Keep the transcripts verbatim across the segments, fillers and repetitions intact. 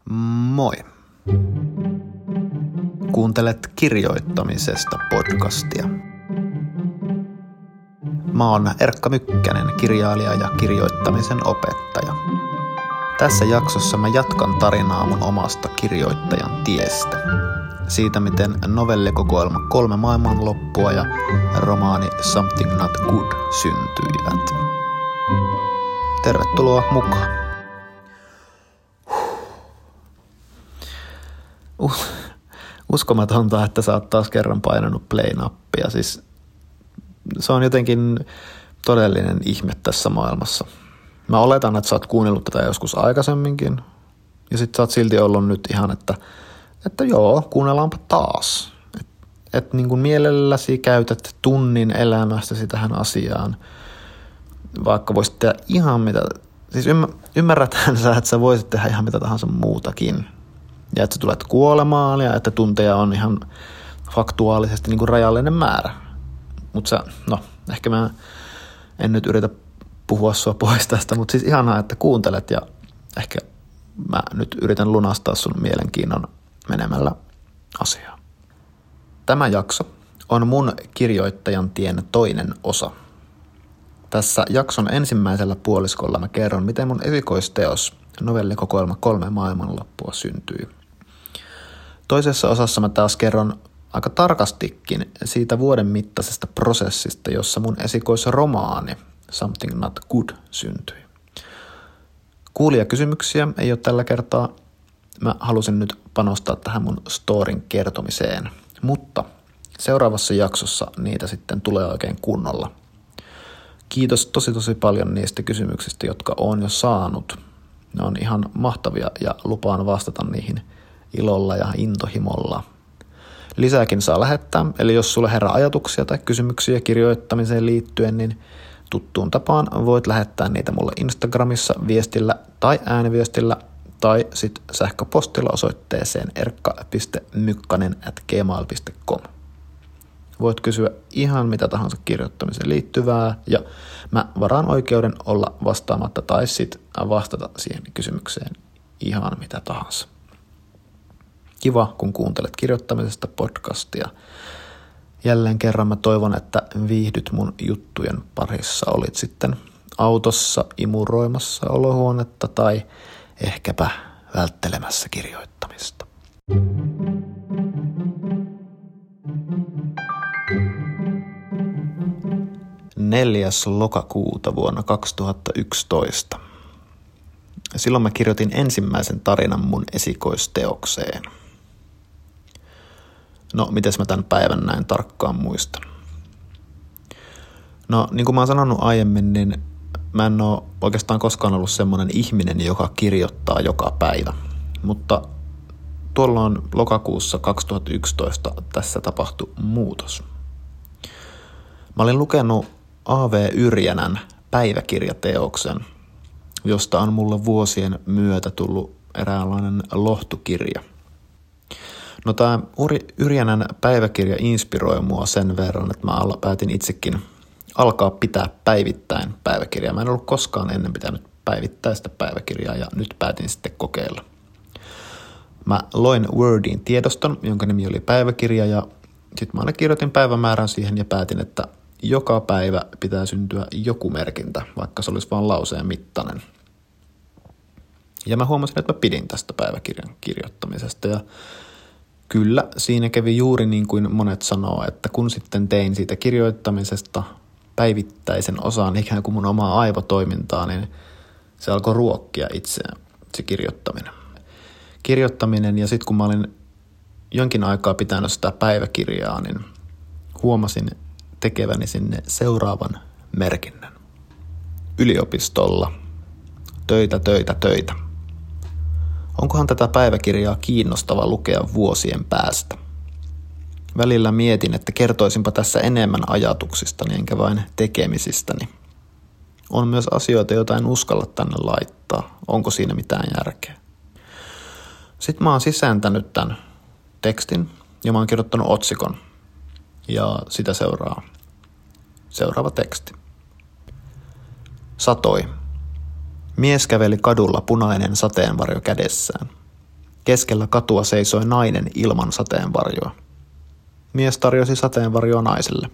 Moi! Kuuntelet kirjoittamisesta podcastia. Mä oon Erkka Mykkänen, kirjailija ja kirjoittamisen opettaja. Tässä jaksossa mä jatkan tarinaa mun omasta kirjoittajan tiestä. Siitä, miten novellikokoelma Kolme maailmanloppua ja romaani Something Not Good syntyivät. Tervetuloa mukaan! Uskomatonta, että sä oot taas kerran painanut play-nappia. Siis se on jotenkin todellinen ihme tässä maailmassa. Mä oletan, että sä oot kuunnellut tätä joskus aikaisemminkin. Ja sit sä oot silti ollut nyt ihan, että, että joo, kuunnellaanpa taas. Että et niin kuin mielelläsi käytät tunnin elämästäsi tähän asiaan. Vaikka voisit tehdä ihan mitä... Siis ymmärräthän sä, että sä voisit tehdä ihan mitä tahansa muutakin. Ja että sä tulet kuolemaan ja että tunteja on ihan faktuaalisesti niin kuin rajallinen määrä. Mutta sä, no, ehkä mä en nyt yritä puhua sua pois tästä, mutta siis ihanaa, että kuuntelet ja ehkä mä nyt yritän lunastaa sun mielenkiinnon menemällä asiaan. Tämä jakso on mun kirjoittajan tien toinen osa. Tässä jakson ensimmäisellä puoliskolla mä kerron, miten mun esikoisteos novellikokoelma Kolme maailmanloppua syntyi. Toisessa osassa mä taas kerron aika tarkastikin siitä vuoden mittaisesta prosessista, jossa mun esikoisromaani Something Not Good syntyi. Kuulijakysymyksiä ei ole tällä kertaa. Mä halusin nyt panostaa tähän mun storin kertomiseen, mutta seuraavassa jaksossa niitä sitten tulee oikein kunnolla. Kiitos tosi tosi paljon niistä kysymyksistä, jotka oon jo saanut. Ne on ihan mahtavia ja lupaan vastata niihin ilolla ja intohimolla. Lisääkin saa lähettää, eli jos sulle herää ajatuksia tai kysymyksiä kirjoittamiseen liittyen, niin tuttuun tapaan voit lähettää niitä mulle Instagramissa viestillä tai ääniviestillä tai sit sähköpostilla osoitteeseen erkka piste mykkänen ät gmail piste com. Voit kysyä ihan mitä tahansa kirjoittamiseen liittyvää ja mä varaan oikeuden olla vastaamatta tai sit vastata siihen kysymykseen ihan mitä tahansa. Kiva, kun kuuntelet kirjoittamisesta podcastia. Jälleen kerran mä toivon, että viihdyt mun juttujen parissa. Olit sitten autossa imuroimassa olohuonetta tai ehkäpä välttelemässä kirjoittamista. neljäs lokakuuta vuonna kaksituhattayksitoista. Silloin mä kirjoitin ensimmäisen tarinan mun esikoisteokseen. No, mites mä tämän päivän näin tarkkaan muistan? No, niin kuin mä oon sanonut aiemmin, niin mä en oo oikeastaan koskaan ollut semmoinen ihminen, joka kirjoittaa joka päivä. Mutta tuolloin lokakuussa kaksituhattayksitoista tässä tapahtui muutos. Mä olin lukenut A V Yrjänän päiväkirjateoksen, josta on mulle vuosien myötä tullut eräänlainen lohtukirja. No tämä Yrjänän päiväkirja inspiroi mua sen verran, että mä päätin itsekin alkaa pitää päivittäin päiväkirjaa. Mä en ollut koskaan ennen pitänyt päivittäistä päiväkirjaa ja nyt päätin sitten kokeilla. Mä loin Wordiin tiedoston, jonka nimi oli päiväkirja ja sitten mä aina kirjoitin päivämäärän siihen ja päätin, että joka päivä pitää syntyä joku merkintä, vaikka se olisi vain lauseen mittainen. Ja mä huomasin, että mä pidin tästä päiväkirjan kirjoittamisesta ja kyllä siinä kävi juuri niin kuin monet sanoo, että kun sitten tein siitä kirjoittamisesta päivittäisen osan ikään kuin mun omaa aivotoimintaa, niin se alkoi ruokkia itseään, se kirjoittaminen. Kirjoittaminen ja sitten kun mä olin jonkin aikaa pitänyt sitä päiväkirjaa, niin huomasin tekeväni sinne seuraavan merkinnän. Yliopistolla. Töitä, töitä, töitä. Onkohan tätä päiväkirjaa kiinnostava lukea vuosien päästä? Välillä mietin, että kertoisinpa tässä enemmän ajatuksistani enkä vain tekemisistäni. On myös asioita, joita en uskalla tänne laittaa. Onko siinä mitään järkeä? Sitten mä oon sisääntänyt tämän tekstin ja mä oon kirjoittanut otsikon. Ja sitä seuraa seuraava teksti. Satoi. Mies käveli kadulla punainen sateenvarjo kädessään. Keskellä katua seisoi nainen ilman sateenvarjoa. Mies tarjosi sateenvarjoa naiselle.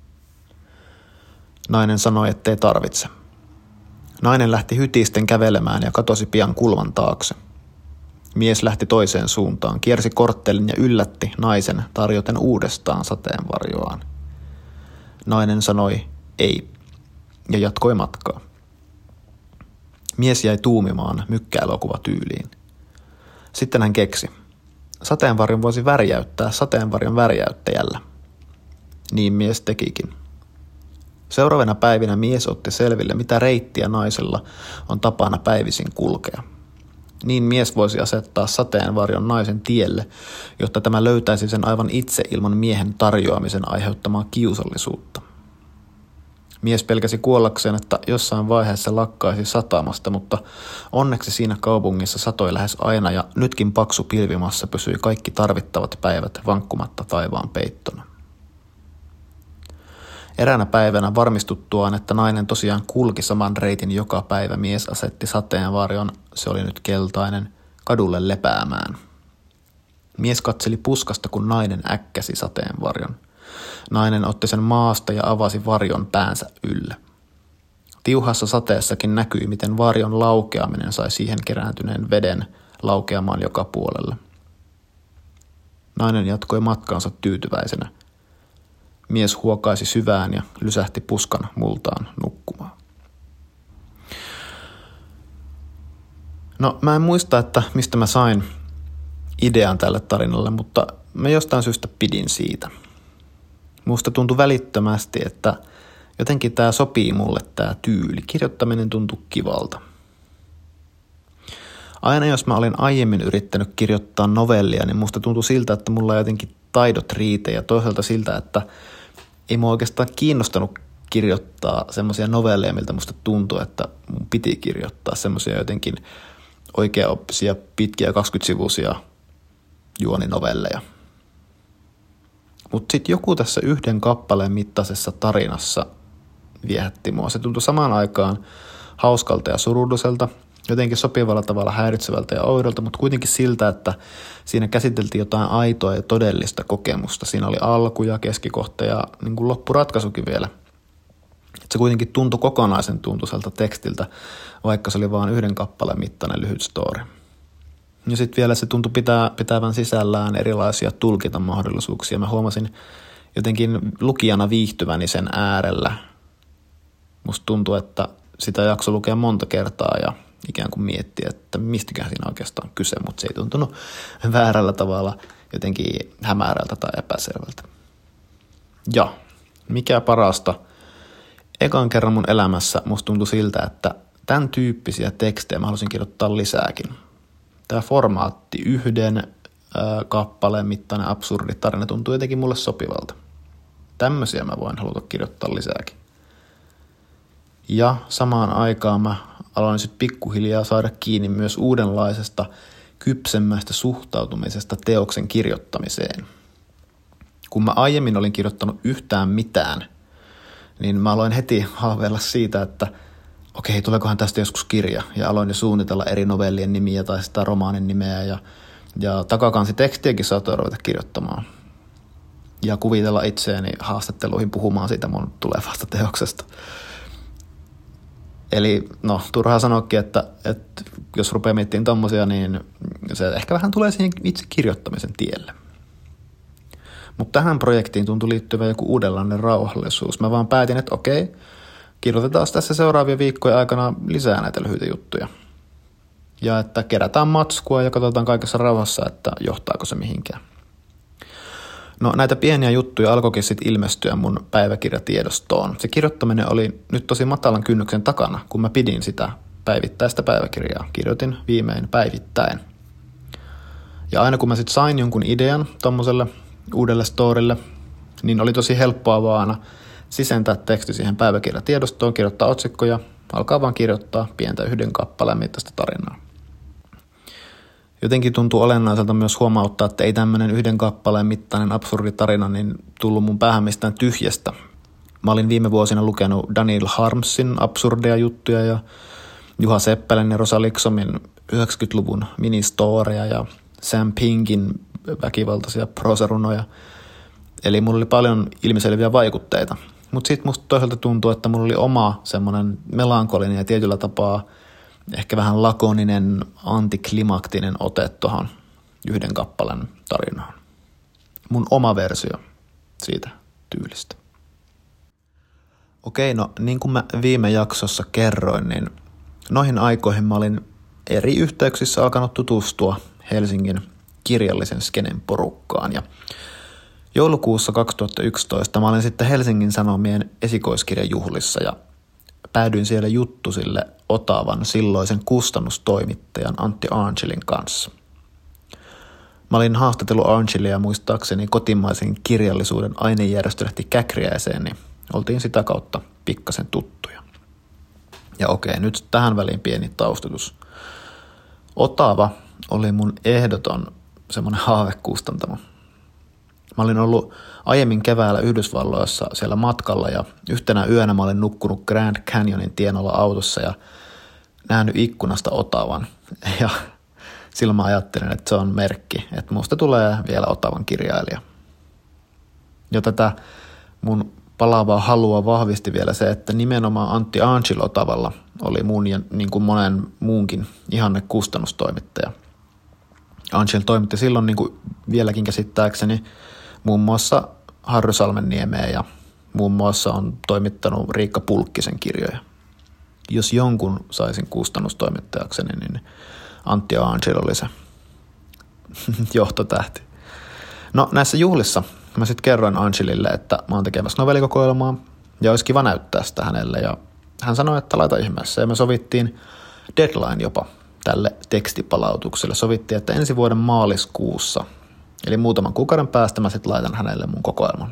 Nainen sanoi, ettei tarvitse. Nainen lähti hytisten kävelemään ja katosi pian kulman taakse. Mies lähti toiseen suuntaan, kiersi korttelin ja yllätti naisen tarjoten uudestaan sateenvarjoaan. Nainen sanoi ei ja jatkoi matkaa. Mies jäi tuumimaan mykkäelokuvatyyliin. Sitten hän keksi. Sateenvarjon voisi värjäyttää sateenvarjon värjäyttäjällä. Niin mies tekikin. Seuraavina päivinä mies otti selville, mitä reittiä naisella on tapana päivisin kulkea. Niin mies voisi asettaa sateenvarjon naisen tielle, jotta tämä löytäisi sen aivan itse ilman miehen tarjoamisen aiheuttamaa kiusallisuutta. Mies pelkäsi kuollakseen, että jossain vaiheessa lakkaisi satamasta, mutta onneksi siinä kaupungissa satoi lähes aina ja nytkin paksu pilvimassa pysyi kaikki tarvittavat päivät vankkumatta taivaan peittona. Eräänä päivänä varmistuttuaan, että nainen tosiaan kulki saman reitin joka päivä, mies asetti sateenvarjon, se oli nyt keltainen, kadulle lepäämään. Mies katseli puskasta, kun nainen äkkäsi sateenvarjon. Nainen otti sen maasta ja avasi varjon päänsä ylle. Tiuhassa sateessakin näkyi, miten varjon laukeaminen sai siihen kerääntyneen veden laukeamaan joka puolelle. Nainen jatkoi matkaansa tyytyväisenä. Mies huokaisi syvään ja lysähti puskan multaan nukkumaan. No, mä en muista, että mistä mä sain idean tälle tarinalle, mutta mä jostain syystä pidin siitä. Musta tuntui välittömästi, että jotenkin tää sopii mulle tää tyyli. Kirjoittaminen tuntui kivalta. Aina jos mä olin aiemmin yrittänyt kirjoittaa novellia, niin musta tuntui siltä, että mulla ei jotenkin taidot riitä ja toisaalta siltä, että ei mua oikeastaan kiinnostanut kirjoittaa semmoisia novelleja, miltä musta tuntui, että mun piti kirjoittaa semmoisia jotenkin oikeaoppisia, pitkiä kaksikymmentäsivuisia juoninovelleja. Mutta sitten joku tässä yhden kappaleen mittaisessa tarinassa viehätti mua. Se tuntui samaan aikaan hauskalta ja surulliselta, jotenkin sopivalla tavalla häiritsevältä ja oudolta, mutta kuitenkin siltä, että siinä käsiteltiin jotain aitoa ja todellista kokemusta. Siinä oli alku ja keskikohta ja niin kuin loppuratkaisukin vielä. Et se kuitenkin tuntui kokonaisen tuntuiselta tekstiltä, vaikka se oli vain yhden kappaleen mittainen lyhyt story. Ja sitten vielä se tuntui pitää, pitävän sisällään erilaisia tulkintamahdollisuuksia. Mä huomasin jotenkin lukijana viihtyväni sen äärellä. Musta tuntui, että sitä jaksoi lukea monta kertaa ja ikään kuin miettiä, että mistäkään siinä oikeastaan kyse, mutta se ei tuntunut väärällä tavalla jotenkin hämärältä tai epäselvältä. Ja mikä parasta, ekan kerran mun elämässä musta tuntui siltä, että tämän tyyppisiä tekstejä mä halusin kirjoittaa lisääkin. Tämä formaatti, yhden ää, kappaleen mittainen absurdi tarina tuntuu jotenkin mulle sopivalta. Tämmöisiä mä voin haluta kirjoittaa lisääkin. Ja samaan aikaan mä aloin sitten pikkuhiljaa saada kiinni myös uudenlaisesta kypsemmästä suhtautumisesta teoksen kirjoittamiseen. Kun mä aiemmin olin kirjoittanut yhtään mitään, niin mä aloin heti haaveilla siitä, että okei, tuleekohan tästä joskus kirja, ja aloin jo suunnitella eri novellien nimiä tai sitä romaanin nimeä, ja, ja takakansitekstiäkin saatoin ruveta kirjoittamaan. Ja kuvitella itseäni haastatteluihin puhumaan siitä mun tulevasta teoksesta. Eli no, turhaa sanoakin, että, että jos rupeaa miettimään tommosia, niin se ehkä vähän tulee siihen itse kirjoittamisen tielle. Mutta tähän projektiin tuntui liittyvä joku uudenlainen rauhallisuus. Mä vaan päätin, että okei, kirjoitetaan tässä seuraavien viikkojen aikana lisää näitä lyhyitä juttuja. Ja että kerätään matskua ja katsotaan kaikessa rauhassa, että johtaako se mihinkään. No näitä pieniä juttuja alkoikin sitten ilmestyä mun päiväkirjatiedostoon. Se kirjoittaminen oli nyt tosi matalan kynnyksen takana, kun mä pidin sitä päivittäistä päiväkirjaa. Kirjoitin viimein päivittäin. Ja aina kun mä sitten sain jonkun idean tommoselle uudelle storille, niin oli tosi helppoa vaan sisentää teksti siihen päiväkirjatiedostoon, kirjoittaa otsikkoja, alkaa vaan kirjoittaa pientä yhden kappaleen mittaista tarinaa. Jotenkin tuntuu olennaiselta myös huomauttaa, että ei tämmöinen yhden kappaleen mittainen absurdi tarina niin tullut mun päähän mistään tyhjästä. Mä olin viime vuosina lukenut Daniel Harmsin absurdeja juttuja ja Juha Seppälän ja Rosa Liksomin yhdeksänkymmentäluvun ministooreja ja Sam Pinkin väkivaltaisia prosarunoja. Eli mulla oli paljon ilmiselviä vaikutteita. Mutta sitten musta toisaalta tuntuu, että mulla oli oma semmoinen melankolinen ja tietyllä tapaa ehkä vähän lakoninen, antiklimaktinen ote tuohon yhden kappaleen tarinaan. Mun oma versio siitä tyylistä. Okei, no niin kuin mä viime jaksossa kerroin, niin noihin aikoihin mä olin eri yhteyksissä alkanut tutustua Helsingin kirjallisen skenen porukkaan. Ja joulukuussa kaksituhattayksitoista mä olin sitten Helsingin Sanomien esikoiskirjajuhlissa ja päädyin siellä juttusille Otavan silloisen kustannustoimittajan Antti Arnschelin kanssa. Mä olin haastatellut Arnschelia muistaakseni kotimaisen kirjallisuuden ainejärjestölehti Käkriäiseen, niin oltiin sitä kautta pikkasen tuttuja. Ja okei, nyt tähän väliin pieni taustatus. Otava oli mun ehdoton semmoinen haavekustantamo. Mä olin ollut aiemmin keväällä Yhdysvalloissa siellä matkalla ja yhtenä yönä mä olin nukkunut Grand Canyonin tienolla autossa ja nähnyt ikkunasta Otavan. Ja silloin mä ajattelin, että se on merkki, että musta tulee vielä Otavan kirjailija. Ja tätä mun palaavaa halua vahvisti vielä se, että nimenomaan Antti Arnschel Otavalla oli mun ja niin kuin monen muunkin ihanne kustannustoimittaja. Arnschel toimitti silloin niin kuin vieläkin käsittääkseni muun muassa Harry Salmenniemeä ja muun muassa on toimittanut Riikka Pulkkisen kirjoja. Jos jonkun saisin kustannustoimittajakseni, niin Antti Arnschel oli se johtotähti. No näissä juhlissa mä sitten kerroin Arnschelille, että mä oon tekemässä novellikokoelmaa ja olisi kiva näyttää sitä hänelle. Ja hän sanoi, että laita ihmeessä ja me sovittiin deadline jopa tälle tekstipalautukselle. Sovittiin, että ensi vuoden maaliskuussa, eli muutaman kuukauden päästä mä sitten laitan hänelle mun kokoelman.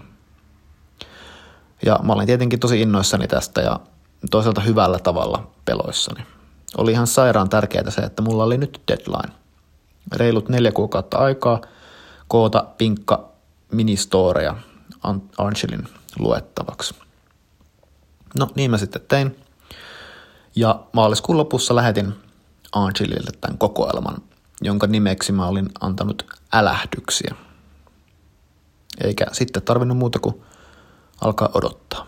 Ja mä olin tietenkin tosi innoissani tästä ja toisaalta hyvällä tavalla peloissani. Oli ihan sairaan tärkeää se, että mulla oli nyt deadline. Reilut neljä kuukautta aikaa koota pinkka ministooreja Arnschelin luettavaksi. No niin mä sitten tein. Ja maaliskuun lopussa lähetin Arnschelille tämän kokoelman, jonka nimeksi mä olin antanut älähdyksiä. Eikä sitten tarvinnut muuta kuin alkaa odottaa.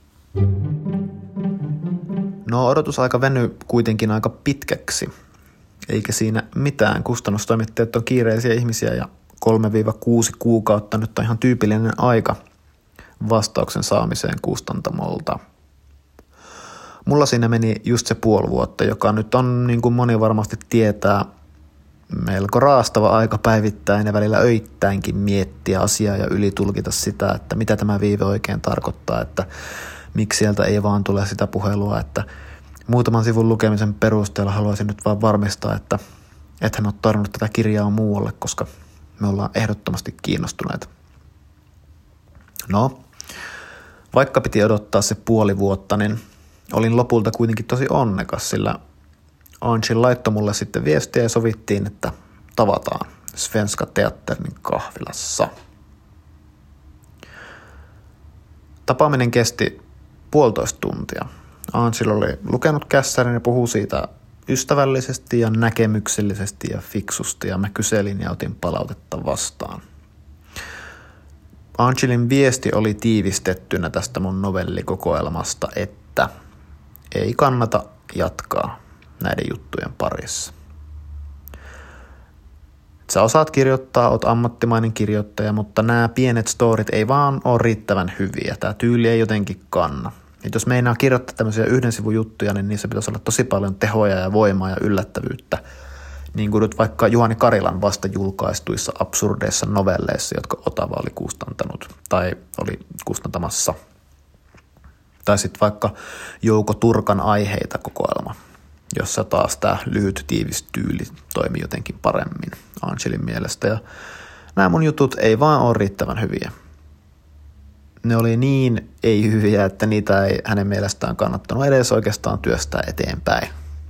No odotusaika venyi kuitenkin aika pitkäksi, eikä siinä mitään. Kustannustoimittajat on kiireisiä ihmisiä ja kolme kuusi kuukautta nyt on ihan tyypillinen aika vastauksen saamiseen kustantamolta. Mulla siinä meni just se puoli vuotta, joka nyt on, niin kuin moni varmasti tietää, melko raastava aika päivittäin ja välillä öittäinkin miettiä asiaa ja ylitulkita sitä, että mitä tämä viive oikein tarkoittaa, että miksi sieltä ei vaan tule sitä puhelua, että muutaman sivun lukemisen perusteella haluaisin nyt vaan varmistaa, että et hän ole tarvinnut tätä kirjaa muualle, koska me ollaan ehdottomasti kiinnostuneita. No, vaikka piti odottaa se puoli vuotta, niin olin lopulta kuitenkin tosi onnekas, sillä Arnschel laittoi mulle sitten viestiä ja sovittiin, että tavataan Svenska Teatterin kahvilassa. Tapaaminen kesti puolitoista tuntia. Arnschel oli lukenut kässärin ja puhui siitä ystävällisesti ja näkemyksellisesti ja fiksusti ja mä kyselin ja otin palautetta vastaan. Arnschelin viesti oli tiivistettynä tästä mun novellikokoelmasta, että ei kannata jatkaa näiden juttujen parissa. Sä osaat kirjoittaa, oot ammattimainen kirjoittaja, mutta nämä pienet storit ei vaan ole riittävän hyviä. Tämä tyyli ei jotenkin kanna. Et jos meinaa kirjoittaa tämmöisiä yhden sivun juttuja, niin niissä pitäisi olla tosi paljon tehoja ja voimaa ja yllättävyyttä. Niin kuin nyt vaikka Juhani Karilan vasta julkaistuissa absurdeissa novelleissa, jotka Otava oli kustantanut tai oli kustantamassa. Tai sitten vaikka Jouko Turkan aiheita kokoelma, jossa taas tämä lyhyt tiivis tyyli toimi jotenkin paremmin Arnschelin mielestä. Ja nämä mun jutut ei vaan ole riittävän hyviä. Ne oli niin ei-hyviä, että niitä ei hänen mielestään kannattanut edes oikeastaan työstää eteenpäin.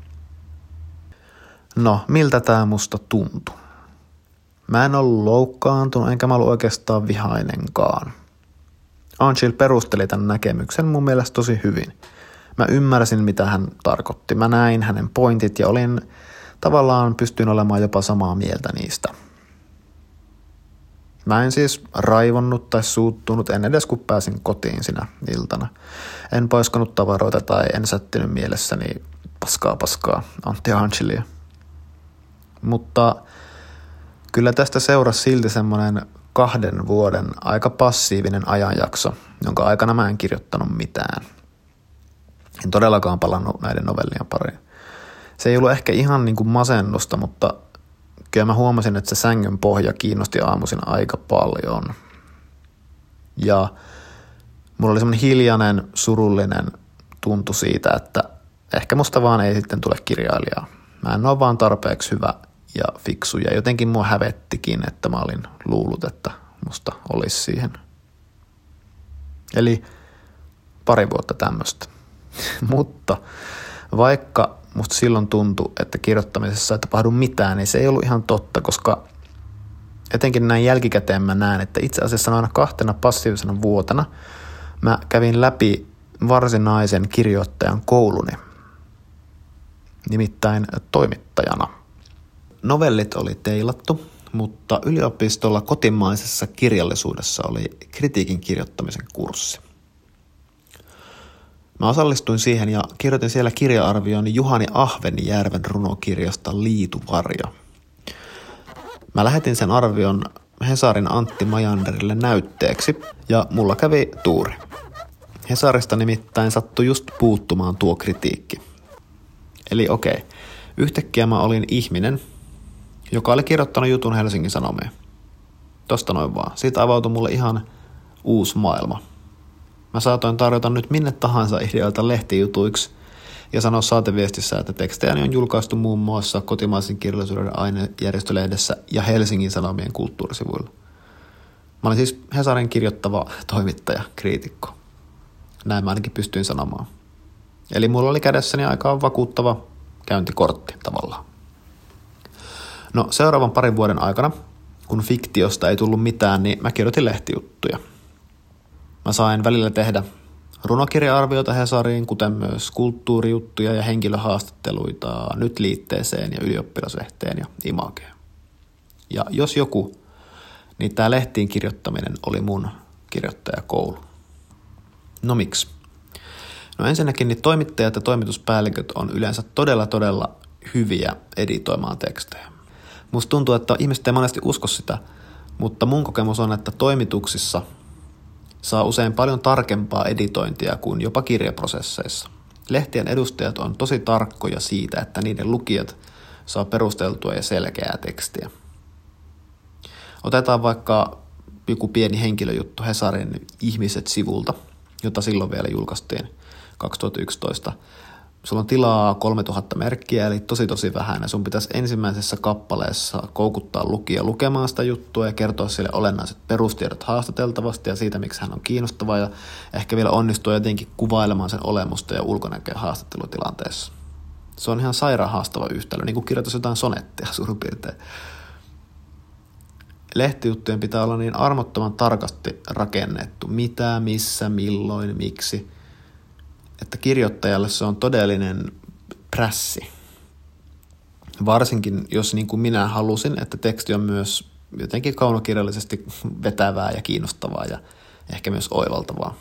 No, miltä tää musta tuntui? Mä en ollut loukkaantunut, enkä mä ollut oikeastaan vihainenkaan. Arnschel perusteli tämän näkemyksen mun mielestä tosi hyvin. Mä ymmärsin, mitä hän tarkoitti. Mä näin hänen pointit ja olin tavallaan pystyin olemaan jopa samaa mieltä niistä. Mä en siis raivonnut tai suuttunut, en edes kun pääsin kotiin sinä iltana. En poiskanut tavaroita tai en sättinyt mielessäni paskaa paskaa Antti Angelia. Mutta kyllä tästä seurasi silti semmoinen kahden vuoden aika passiivinen ajanjakso, jonka aikana mä en kirjoittanut mitään. En todellakaan palannut näiden novellien pariin. Se ei ollut ehkä ihan niin kuin masennusta, mutta kyllä mä huomasin, että se sängyn pohja kiinnosti aamuisin aika paljon. Ja mulla oli semmoinen hiljainen, surullinen tuntu siitä, että ehkä musta vaan ei sitten tule kirjailijaa. Mä en ole vaan tarpeeksi hyvä ja fiksu, ja jotenkin mua hävettikin, että mä olin luullut, että musta olisi siihen. Eli pari vuotta tämmöistä. Mutta vaikka musta silloin tuntui, että kirjoittamisessa ei tapahdu mitään, niin se ei ollut ihan totta, koska etenkin näin jälkikäteen mä näen, että itse asiassa noina kahtena passiivisena vuotena mä kävin läpi varsinaisen kirjoittajan kouluni, nimittäin toimittajana. Novellit oli teilattu, mutta yliopistolla kotimaisessa kirjallisuudessa oli kritiikin kirjoittamisen kurssi. Mä osallistuin siihen ja kirjoitin siellä kirja-arvioni Juhani Ahvenjärven runokirjasta Liituvarjo. Mä lähetin sen arvion Hesarin Antti Majanderille näytteeksi ja mulla kävi tuuri. Hesarista nimittäin sattui just puuttumaan tuo kritiikki. Eli okei, yhtäkkiä mä olin ihminen, joka oli kirjoittanut jutun Helsingin Sanomiin. Tosta noin vaan. Siitä avautui mulle ihan uusi maailma. Mä saatoin tarjota nyt minne tahansa ideoita lehtijutuiksi ja sanoa saateviestissä, että tekstejäni on julkaistu muun muassa kotimaisen kirjallisuuden ainejärjestölehdessä ja Helsingin Sanomien kulttuurisivuilla. Mä olin siis Hesarin kirjoittava toimittaja, kriitikko. Näin mä ainakin pystyin sanomaan. Eli mulla oli kädessäni aika vakuuttava käyntikortti tavallaan. No seuraavan parin vuoden aikana, kun fiktiosta ei tullut mitään, niin mä kirjoitin lehtijuttuja. Mä sain välillä tehdä runokirja-arvioita Hesariin, kuten myös kulttuurijuttuja ja henkilöhaastatteluita Nyt liitteeseen ja Ylioppilaslehteen ja Imageen. Ja jos joku, niin tää lehtiin kirjoittaminen oli mun kirjoittajakoulu. No miksi? No ensinnäkin niin toimittajat ja toimituspäälliköt on yleensä todella todella hyviä editoimaan tekstejä. Musta tuntuu, että ihmiset ei monesti usko sitä, mutta mun kokemus on, että toimituksissa saa usein paljon tarkempaa editointia kuin jopa kirjaprosesseissa. Lehtien edustajat on tosi tarkkoja siitä, että niiden lukijat saa perusteltua ja selkeää tekstiä. Otetaan vaikka joku pieni henkilöjuttu Hesarin Ihmiset-sivulta, jota silloin vielä julkaistiin kaksituhattayksitoista. Sulla on tilaa kolmetuhatta merkkiä, eli tosi tosi vähän, ja sun pitäisi ensimmäisessä kappaleessa koukuttaa lukija lukemaan sitä juttua ja kertoa sille olennaiset perustiedot haastateltavasti ja siitä, miksi hän on kiinnostava, ja ehkä vielä onnistua jotenkin kuvailemaan sen olemusta ja ulkonäköä haastattelutilanteessa. Se on ihan sairaan haastava yhtälö, niin kuin kirjoitus jotain sonettia suurin piirtein. Lehtijuttujen pitää olla niin armottoman tarkasti rakennettu, mitä, missä, milloin, miksi, että kirjoittajalle se on todellinen prässi. Varsinkin, jos niin kuin minä halusin, että teksti on myös jotenkin kaunokirjallisesti vetävää ja kiinnostavaa ja ehkä myös oivaltavaa.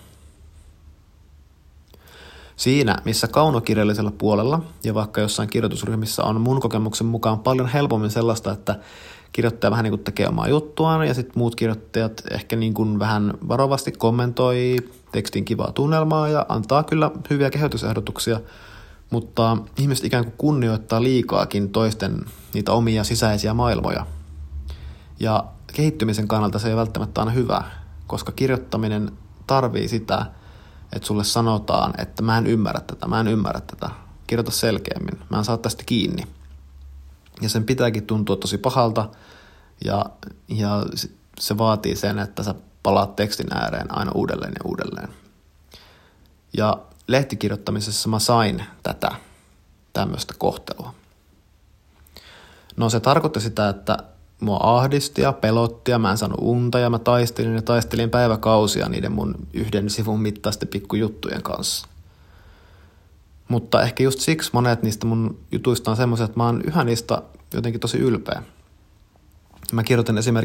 Siinä, missä kaunokirjallisella puolella ja vaikka jossain kirjoitusryhmissä on mun kokemuksen mukaan paljon helpommin sellaista, että kirjoittaja vähän niin kuin tekee omaa juttuaan ja sitten muut kirjoittajat ehkä niin kuin vähän varovasti kommentoi tekstin kivaa tunnelmaa ja antaa kyllä hyviä kehitysehdotuksia, mutta ihmiset ikään kuin kunnioittaa liikaakin toisten niitä omia sisäisiä maailmoja. Ja kehittymisen kannalta se ei välttämättä aina hyvä, koska kirjoittaminen tarvii sitä, että sulle sanotaan, että mä en ymmärrä tätä, mä en ymmärrä tätä, kirjoita selkeämmin, mä en saa tästä kiinni. Ja sen pitääkin tuntua tosi pahalta ja, ja se vaatii sen, että sä palaat tekstin ääreen aina uudelleen ja uudelleen. Ja lehtikirjoittamisessa mä sain tätä tämmöistä kohtelua. No se tarkoitti sitä, että mua ahdisti ja pelotti ja mä en saanut unta ja mä taistelin ja taistelin päiväkausia niiden mun yhden sivun mittaisten pikkujuttujen kanssa. Mutta ehkä just siksi monet niistä mun jutuista on semmoisia, että mä oon yhä niistä jotenkin tosi ylpeä. Mä kirjoitin esimerkiksi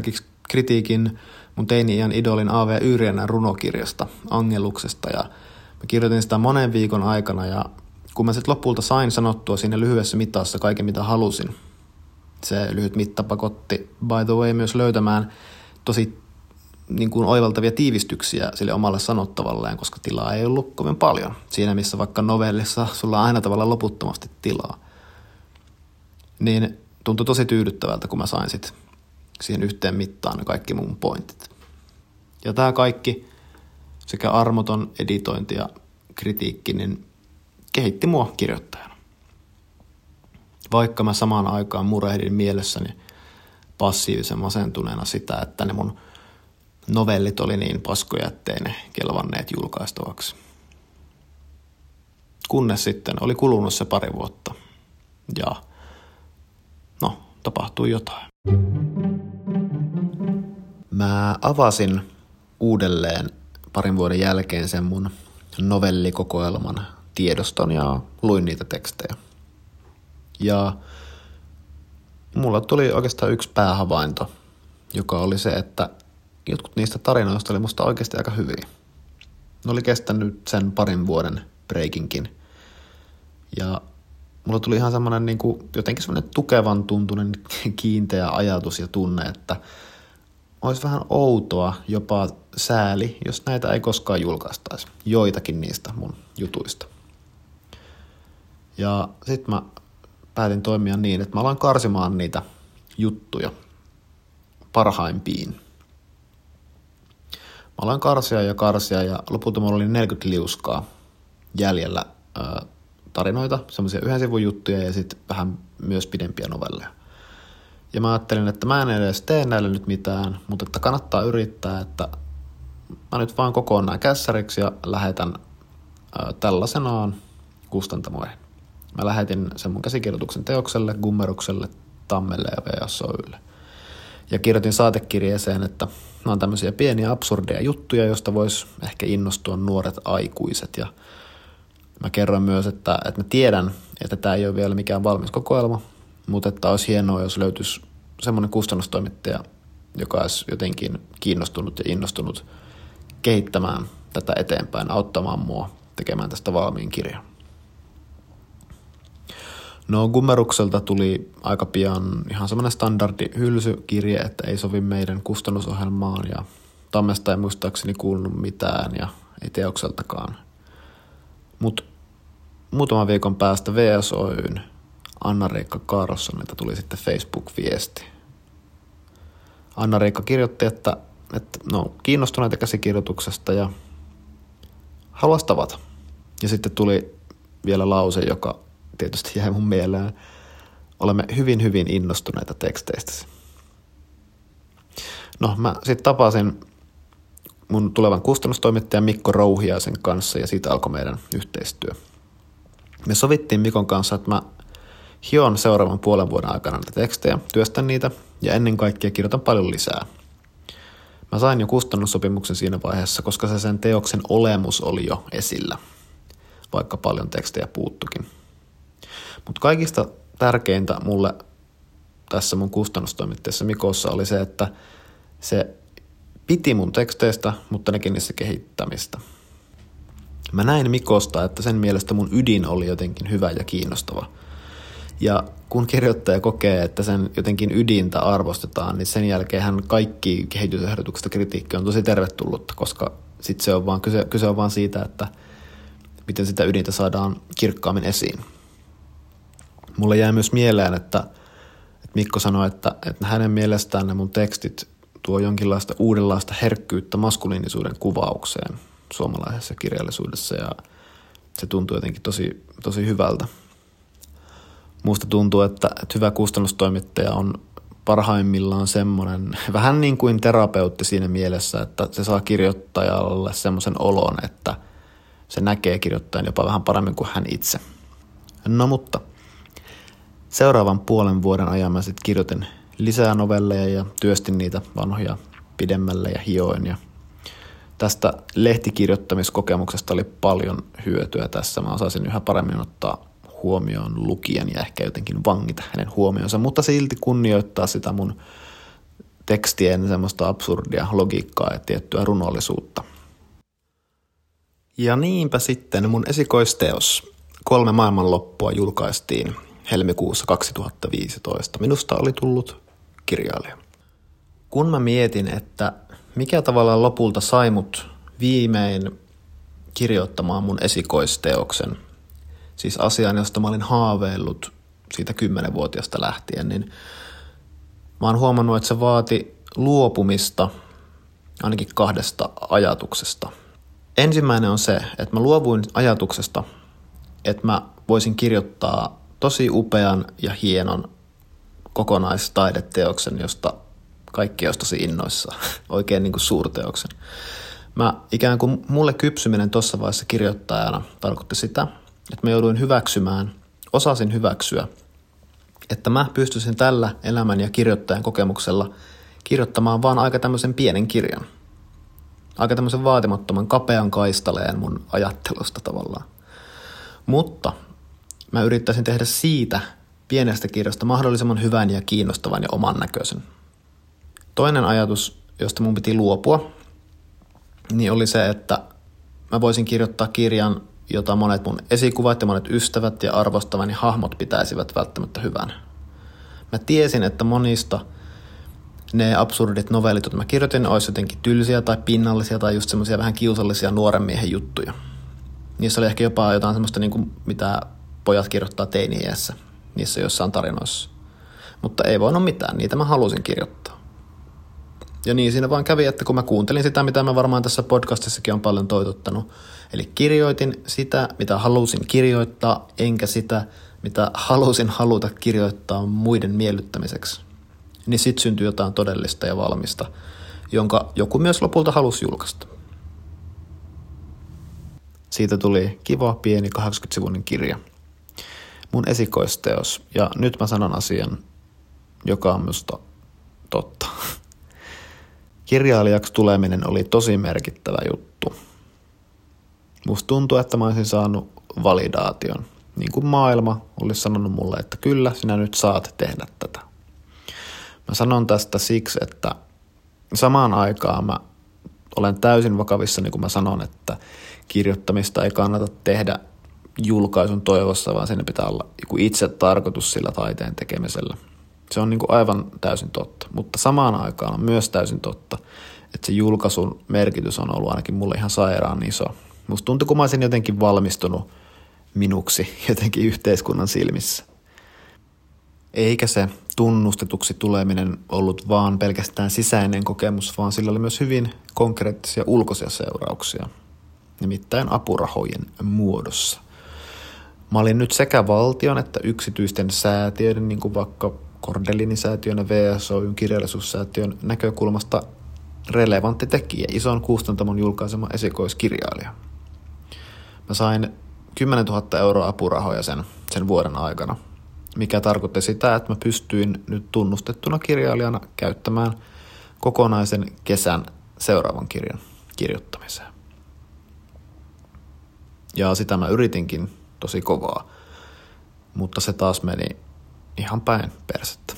kritiikin mun teini-iän idolin A V Yrjänän runokirjasta, Angeluksesta, ja mä kirjoitin sitä monen viikon aikana, ja kun mä sitten lopulta sain sanottua siinä lyhyessä mitassa kaiken mitä halusin, se lyhyt mitta pakotti by the way myös löytämään tosi niin kuin oivaltavia tiivistyksiä sille omalle sanottavalleen, koska tilaa ei ollut kovin paljon. Siinä missä vaikka novellissa sulla on aina tavallaan loputtomasti tilaa. Niin tuntui tosi tyydyttävältä, kun mä sain sit siihen yhteen mittaan ne kaikki mun pointit. Ja tää kaikki, sekä armoton editointi ja kritiikki, niin kehitti mua kirjoittajana. Vaikka mä samaan aikaan murehdin mielessäni passiivisen masentuneena sitä, että ne mun novellit oli niin paskoja, ettei ne kelvanneet julkaistavaksi. Kunnes sitten oli kulunut se pari vuotta ja no, tapahtui jotain. Mä avasin uudelleen parin vuoden jälkeen sen mun novellikokoelman tiedoston ja luin niitä tekstejä. Ja mulla tuli oikeastaan yksi päähavainto, joka oli se, että jotkut niistä tarinoista oli musta oikeasti aika hyviä. Ne oli kestänyt sen parin vuoden breikinkin. Ja mulla tuli ihan semmoinen niin kuin, jotenkin semmoinen tukevan tuntunen kiinteä ajatus ja tunne, että olisi vähän outoa, jopa sääli, jos näitä ei koskaan julkaistaisi. Joitakin niistä mun jutuista. Ja sit mä päätin toimia niin, että mä aloin karsimaan niitä juttuja parhaimpiin. Mä aloin karsia ja karsia ja lopulta mulla oli neljäkymmentä liuskaa jäljellä ää, tarinoita, semmoisia yhden sivun juttuja ja sitten vähän myös pidempiä novelleja. Ja mä ajattelin, että mä en edes tee näille nyt mitään, mutta että kannattaa yrittää, että mä nyt vaan kokoon nämä kässäriksi ja lähetän ää, tällaisenaan kustantamoihin. Mä lähetin sen mun käsikirjoituksen teokselle, Gummerukselle, Tammelle ja V S Oy:lle. Ja kirjoitin saatekirjeeseen, että nämä on tämmöisiä pieniä absurdeja juttuja, joista vois ehkä innostua nuoret aikuiset. Ja mä kerroin myös, että, että mä tiedän, että tämä ei ole vielä mikään valmis kokoelma, mutta että olisi hienoa, jos löytyisi semmoinen kustannustoimittaja, joka olisi jotenkin kiinnostunut ja innostunut kehittämään tätä eteenpäin, auttamaan mua tekemään tästä valmiin kirjan. No Gummerukselta tuli aika pian ihan semmoinen standardi hylsykirje, että ei sovi meidän kustannusohjelmaan ja Tammesta ei muistaakseni kuulunut mitään ja ei teokseltakaan. Mutta muutaman viikon päästä V S Oy:n Anna-Riikka Carlssonilta tuli sitten Facebook-viesti. Anna-Riikka kirjoitti, että, että no, kiinnostuneita käsikirjoituksesta ja haluaisi tavata. Ja sitten tuli vielä lause, joka tietysti jäi mun mieleen. Olemme hyvin, hyvin innostuneita teksteistäsi. No, mä sitten tapasin mun tulevan kustannustoimittajan Mikko Rouhiaisen kanssa ja siitä alkoi meidän yhteistyö. Me sovittiin Mikon kanssa, että mä hion seuraavan puolen vuoden aikana näitä tekstejä, työstän niitä ja ennen kaikkea kirjoitan paljon lisää. Mä sain jo kustannussopimuksen siinä vaiheessa, koska se sen teoksen olemus oli jo esillä, vaikka paljon tekstejä puuttukin. Mutta kaikista tärkeintä mulle tässä mun kustannustoimittajassa Mikossa oli se, että se piti mun teksteistä, mutta nekin niissä kehittämistä. Mä näin Mikosta, että sen mielestä mun ydin oli jotenkin hyvä ja kiinnostava. Ja kun kirjoittaja kokee, että sen jotenkin ydintä arvostetaan, niin sen jälkeen hän kaikki kehitysehdotukset ja kritiikki on tosi tervetullutta, koska sit se on vaan, kyse, kyse on vaan siitä, että miten sitä ydintä saadaan kirkkaammin esiin. Mulle jää myös mieleen, että, että Mikko sanoi, että, että hänen mielestään ne mun tekstit tuo jonkinlaista uudenlaista herkkyyttä maskuliinisuuden kuvaukseen suomalaisessa kirjallisuudessa ja se tuntuu jotenkin tosi, tosi hyvältä. Musta tuntuu, että, että hyvä kustannustoimittaja on parhaimmillaan semmoinen vähän niin kuin terapeutti siinä mielessä, että se saa kirjoittajalle semmoisen olon, että se näkee kirjoittajan jopa vähän paremmin kuin hän itse. No mutta seuraavan puolen vuoden ajan mä sitten kirjoitin lisää novelleja ja työstin niitä vanhoja pidemmälle ja hioin. Ja tästä lehtikirjoittamiskokemuksesta oli paljon hyötyä tässä. Mä osasin yhä paremmin ottaa huomioon lukijan ja ehkä jotenkin vangita hänen huomionsa, mutta silti kunnioittaa sitä mun tekstien semmoista absurdia logiikkaa ja tiettyä runollisuutta. Ja niinpä sitten mun esikoisteos Kolme maailmanloppua julkaistiin helmikuussa kaksituhattaviisitoista. Minusta oli tullut kirjailija. Kun mä mietin, että mikä tavallaan lopulta sai mut viimein kirjoittamaan mun esikoisteoksen, siis asian, josta mä olin haaveillut siitä kymmenvuotiaasta lähtien, niin mä oon huomannut, että se vaati luopumista ainakin kahdesta ajatuksesta. Ensimmäinen on se, että mä luovuin ajatuksesta, että mä voisin kirjoittaa tosi upean ja hienon kokonaistaideteoksen, josta kaikki olisi tosi innoissaan, oikein niin kuin suurteoksen. Mä ikään kuin mulle kypsyminen tuossa vaiheessa kirjoittajana tarkoitti sitä, että mä jouduin hyväksymään, osasin hyväksyä, että mä pystyisin tällä elämän ja kirjoittajan kokemuksella kirjoittamaan vaan aika tämmöisen pienen kirjan. Aika tämmöisen vaatimattoman kapean kaistaleen mun ajattelusta tavallaan. Mutta mä yrittäisin tehdä siitä pienestä kirjasta mahdollisimman hyvän ja kiinnostavan ja oman näköisen. Toinen ajatus, josta mun piti luopua, niin oli se, että mä voisin kirjoittaa kirjan, jota monet mun esikuvat ja monet ystävät ja arvostavani hahmot pitäisivät välttämättä hyvänä. Mä tiesin, että monista ne absurdit novellit, joita mä kirjoitin, olisi jotenkin tylsiä tai pinnallisia tai just semmoisia vähän kiusallisia nuoren miehen juttuja. Niissä oli ehkä jopa jotain semmoista, niin kuin, mitä pojat kirjoittaa teini-iässä niissä jossain tarinoissa. Mutta ei voinut mitään, niitä mä halusin kirjoittaa. Ja niin siinä vaan kävi, että kun mä kuuntelin sitä, mitä mä varmaan tässä podcastissakin on paljon toitottanut, eli kirjoitin sitä, mitä halusin kirjoittaa, enkä sitä, mitä halusin haluta kirjoittaa muiden miellyttämiseksi, niin sit syntyi jotain todellista ja valmista, jonka joku myös lopulta halusi julkaista. Siitä tuli kiva, pieni kahdeksankymmentäsivuinen kirja. Mun esikoisteos. Ja nyt mä sanon asian, joka on minusta totta. Kirjailijaksi tuleminen oli tosi merkittävä juttu. Musta tuntuu, että mä olisin saanut validaation. Niin kuin maailma olisi sanonut mulle, että kyllä, sinä nyt saat tehdä tätä. Mä sanon tästä siksi, että samaan aikaan mä olen täysin vakavissa, niin kuin mä sanon, että kirjoittamista ei kannata tehdä julkaisun toivossa, vaan siinä pitää olla itse tarkoitus sillä taiteen tekemisellä. Se on niin kuin aivan täysin totta, mutta samaan aikaan on myös täysin totta, että se julkaisun merkitys on ollut ainakin mulle ihan sairaan iso. Musta tuntui, kun mä olisin jotenkin valmistunut minuksi jotenkin yhteiskunnan silmissä. Eikä se tunnustetuksi tuleminen ollut vaan pelkästään sisäinen kokemus, vaan sillä oli myös hyvin konkreettisia ulkoisia seurauksia, nimittäin apurahojen muodossa. Mä olin nyt sekä valtion että yksityisten säätiöiden, niin kuin vaikka Kordelini-säätiön ja V S O:n kirjallisuussäätiön näkökulmasta relevantti tekijä, ison kustantamon julkaisema esikoiskirjailija. Mä sain kymmenentuhatta euroa apurahoja sen, sen vuoden aikana, mikä tarkoitti sitä, että mä pystyin nyt tunnustettuna kirjailijana käyttämään kokonaisen kesän seuraavan kirjan kirjoittamiseen. Ja sitä mä yritinkin tosi kovaa, mutta se taas meni ihan päin persettä.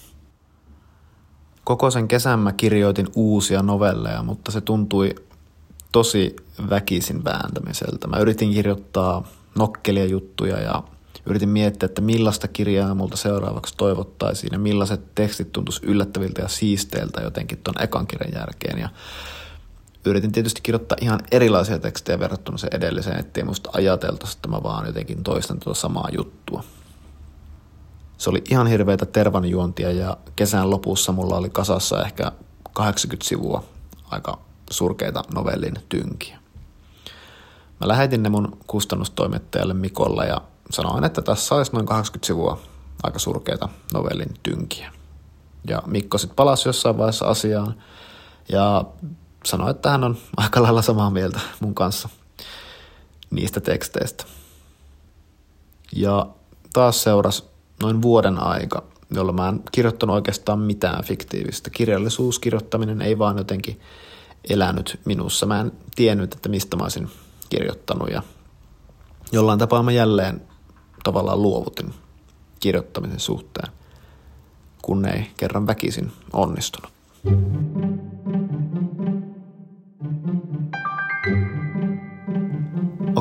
Koko sen kesän mä kirjoitin uusia novelleja, mutta se tuntui tosi väkisin vääntämiseltä. Mä yritin kirjoittaa nokkelia juttuja ja yritin miettiä, että millaista kirjaa multa seuraavaksi toivottaisiin ja millaiset tekstit tuntuisi yllättäviltä ja siisteiltä jotenkin ton ekan kirjan jälkeen. Ja yritin tietysti kirjoittaa ihan erilaisia tekstejä verrattuna sen edelliseen, ettei musta ajateltaisi, että mä vaan jotenkin toistan tuota samaa juttua. Se oli ihan hirveätä tervanjuontia ja kesän lopussa mulla oli kasassa ehkä kahdeksankymmentä sivua aika surkeita novellin tynkiä. Mä lähetin ne mun kustannustoimittajalle Mikolle ja sanoin, että tässä olisi noin kahdeksankymmentä sivua aika surkeita novellin tynkiä. Ja Mikko sitten palasi jossain vaiheessa asiaan ja sanoi, että hän on aika lailla samaa mieltä mun kanssa niistä teksteistä. Ja taas seurasi noin vuoden aika, jolloin mä en kirjoittanut oikeastaan mitään fiktiivistä. Kirjallisuuskirjoittaminen ei vaan jotenkin elänyt minussa. Mä en tiennyt, että mistä mä olisin kirjoittanut ja jollain tapaa mä jälleen tavallaan luovutin kirjoittamisen suhteen, kun ei kerran väkisin onnistunut.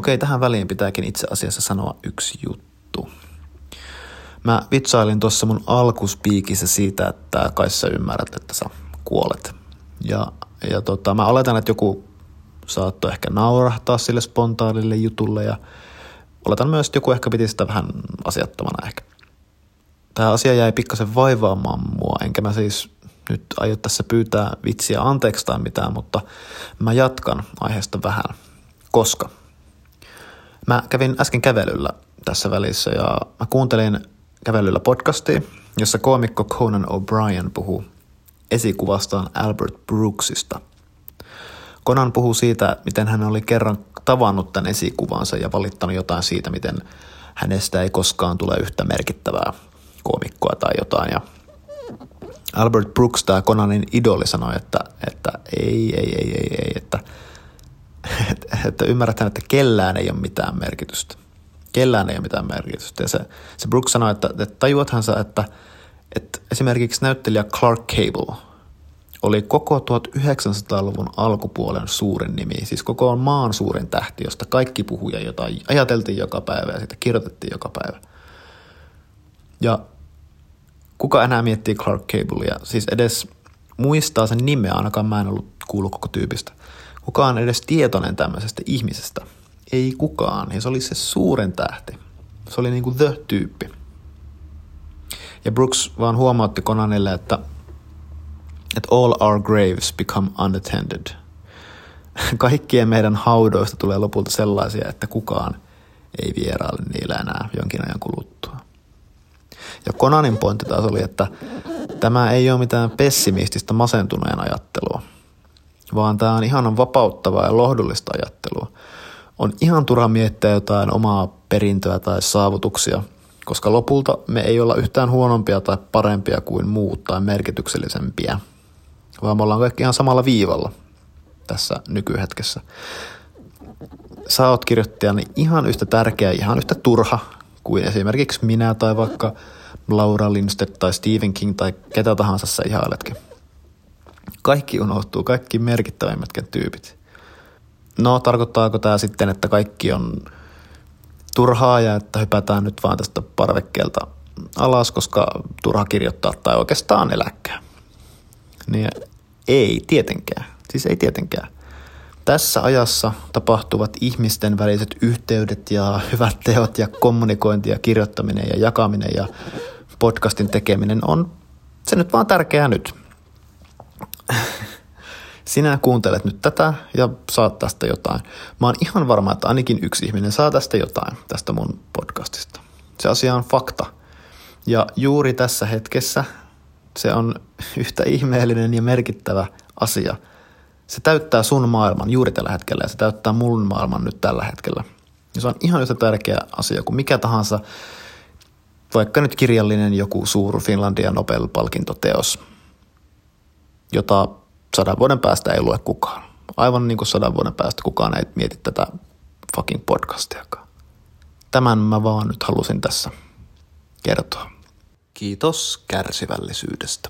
okei, tähän väliin pitääkin itse asiassa sanoa yksi juttu. Mä vitsailin tuossa mun alkuspiikissä siitä, että kai sä ymmärrät, että sä kuolet. Ja, ja tota, mä oletan, että joku saattoi ehkä naurahtaa sille spontaanille jutulle ja oletan myös, että joku ehkä piti sitä vähän asiattomana ehkä. Tämä asia jäi pikkasen vaivaamaan mua, enkä mä siis nyt aio tässä pyytää vitsiä anteeksi tai mitään, mutta mä jatkan aiheesta vähän, koska mä kävin äsken kävelyllä tässä välissä ja mä kuuntelin kävelyllä podcastia, jossa koomikko Conan O'Brien puhuu esikuvastaan Albert Brooksista. Conan puhuu siitä, miten hän oli kerran tavannut tämän esikuvansa ja valittanut jotain siitä, miten hänestä ei koskaan tule yhtä merkittävää koomikkoa tai jotain. Ja Albert Brooks, tämä Conanin idoli, sanoi, että, että ei, ei, ei, ei, ei, että, että, että ymmärrätään, että kellään ei ole mitään merkitystä. Kellään ei ole mitään merkitystä. Ja se, se Brooks sanoi, että, että tajuathan sä, että, että esimerkiksi näyttelijä Clark Gable oli koko tuhatyhdeksänsataaluvun alkupuolen suurin nimi, siis koko maan suurin tähti, josta kaikki puhuja jotain ajateltiin joka päivä ja sitä kirjoitettiin joka päivä. Ja kuka enää miettii Clark Gablea? Siis edes muistaa sen nimeä, ainakaan mä en ollut kuullut koko tyypistä. Kukaan edes tietoinen tämmöisestä ihmisestä. Ei kukaan. Ja se oli se suurin tähti. Se oli niinku the-tyyppi. Ja Brooks vaan huomautti Conanille, että, että all our graves become unattended. Kaikkien meidän haudoista tulee lopulta sellaisia, että kukaan ei vieraile niillä enää jonkin ajan kuluttua. Ja Conanin pointti taas oli, että tämä ei ole mitään pessimististä masentuneen ajattelua, vaan tämä on ihanan vapauttavaa ja lohdullista ajattelua. On ihan turha miettiä jotain omaa perintöä tai saavutuksia, koska lopulta me ei olla yhtään huonompia tai parempia kuin muut tai merkityksellisempiä, vaan me ollaan kaikki ihan samalla viivalla tässä nykyhetkessä. Sä oot kirjoittajani ihan yhtä tärkeä, ihan yhtä turha kuin esimerkiksi minä tai vaikka Laura Lindstedt tai Stephen King tai ketä tahansa sä ihailetkin. Kaikki unohtuu, kaikki merkittävimmätkin tyypit. No, tarkoittaako tämä sitten, että kaikki on turhaa ja että hypätään nyt vaan tästä parvekkeelta alas, koska turha kirjoittaa tai oikeastaan eläkää? Niin ei tietenkään, siis ei tietenkään. Tässä ajassa tapahtuvat ihmisten väliset yhteydet ja hyvät teot ja kommunikointi ja kirjoittaminen ja jakaminen ja podcastin tekeminen on se nyt vaan tärkeää nyt. Sinä kuuntelet nyt tätä ja saat tästä jotain. Mä oon ihan varma, että ainakin yksi ihminen saa tästä jotain, tästä mun podcastista. Se asia on fakta. Ja juuri tässä hetkessä se on yhtä ihmeellinen ja merkittävä asia. Se täyttää sun maailman juuri tällä hetkellä ja se täyttää mun maailman nyt tällä hetkellä. Ja se on ihan yhtä tärkeä asia kuin mikä tahansa, vaikka nyt kirjallinen joku suuri Finlandia Nobel-palkintoteos, jota sadan vuoden päästä ei lue kukaan. Aivan niin kuin sadan vuoden päästä kukaan ei mieti tätä fucking podcastiakaan. Tämän mä vaan nyt halusin tässä kertoa. Kiitos kärsivällisyydestä.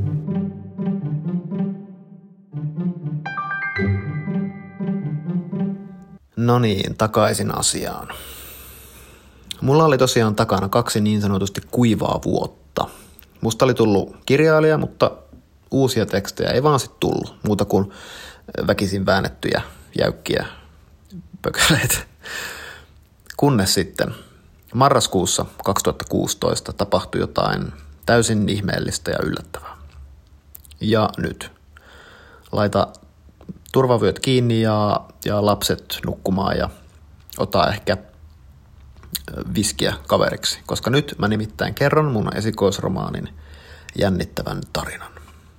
No niin, takaisin asiaan. Mulla oli tosiaan takana kaksi niin sanotusti kuivaa vuotta. Musta oli tullut kirjailija, mutta uusia tekstejä ei vaan sit tullut, muuta kuin väkisin väännettyjä, jäykkiä pökäleitä. Kunnes sitten marraskuussa kaksituhattakuusitoista tapahtui jotain täysin ihmeellistä ja yllättävää. Ja nyt. Laita turvavyöt kiinni ja, ja lapset nukkumaan ja ota ehkä viskiä kaveriksi, koska nyt mä nimittäin kerron mun esikoisromaanin jännittävän tarinan.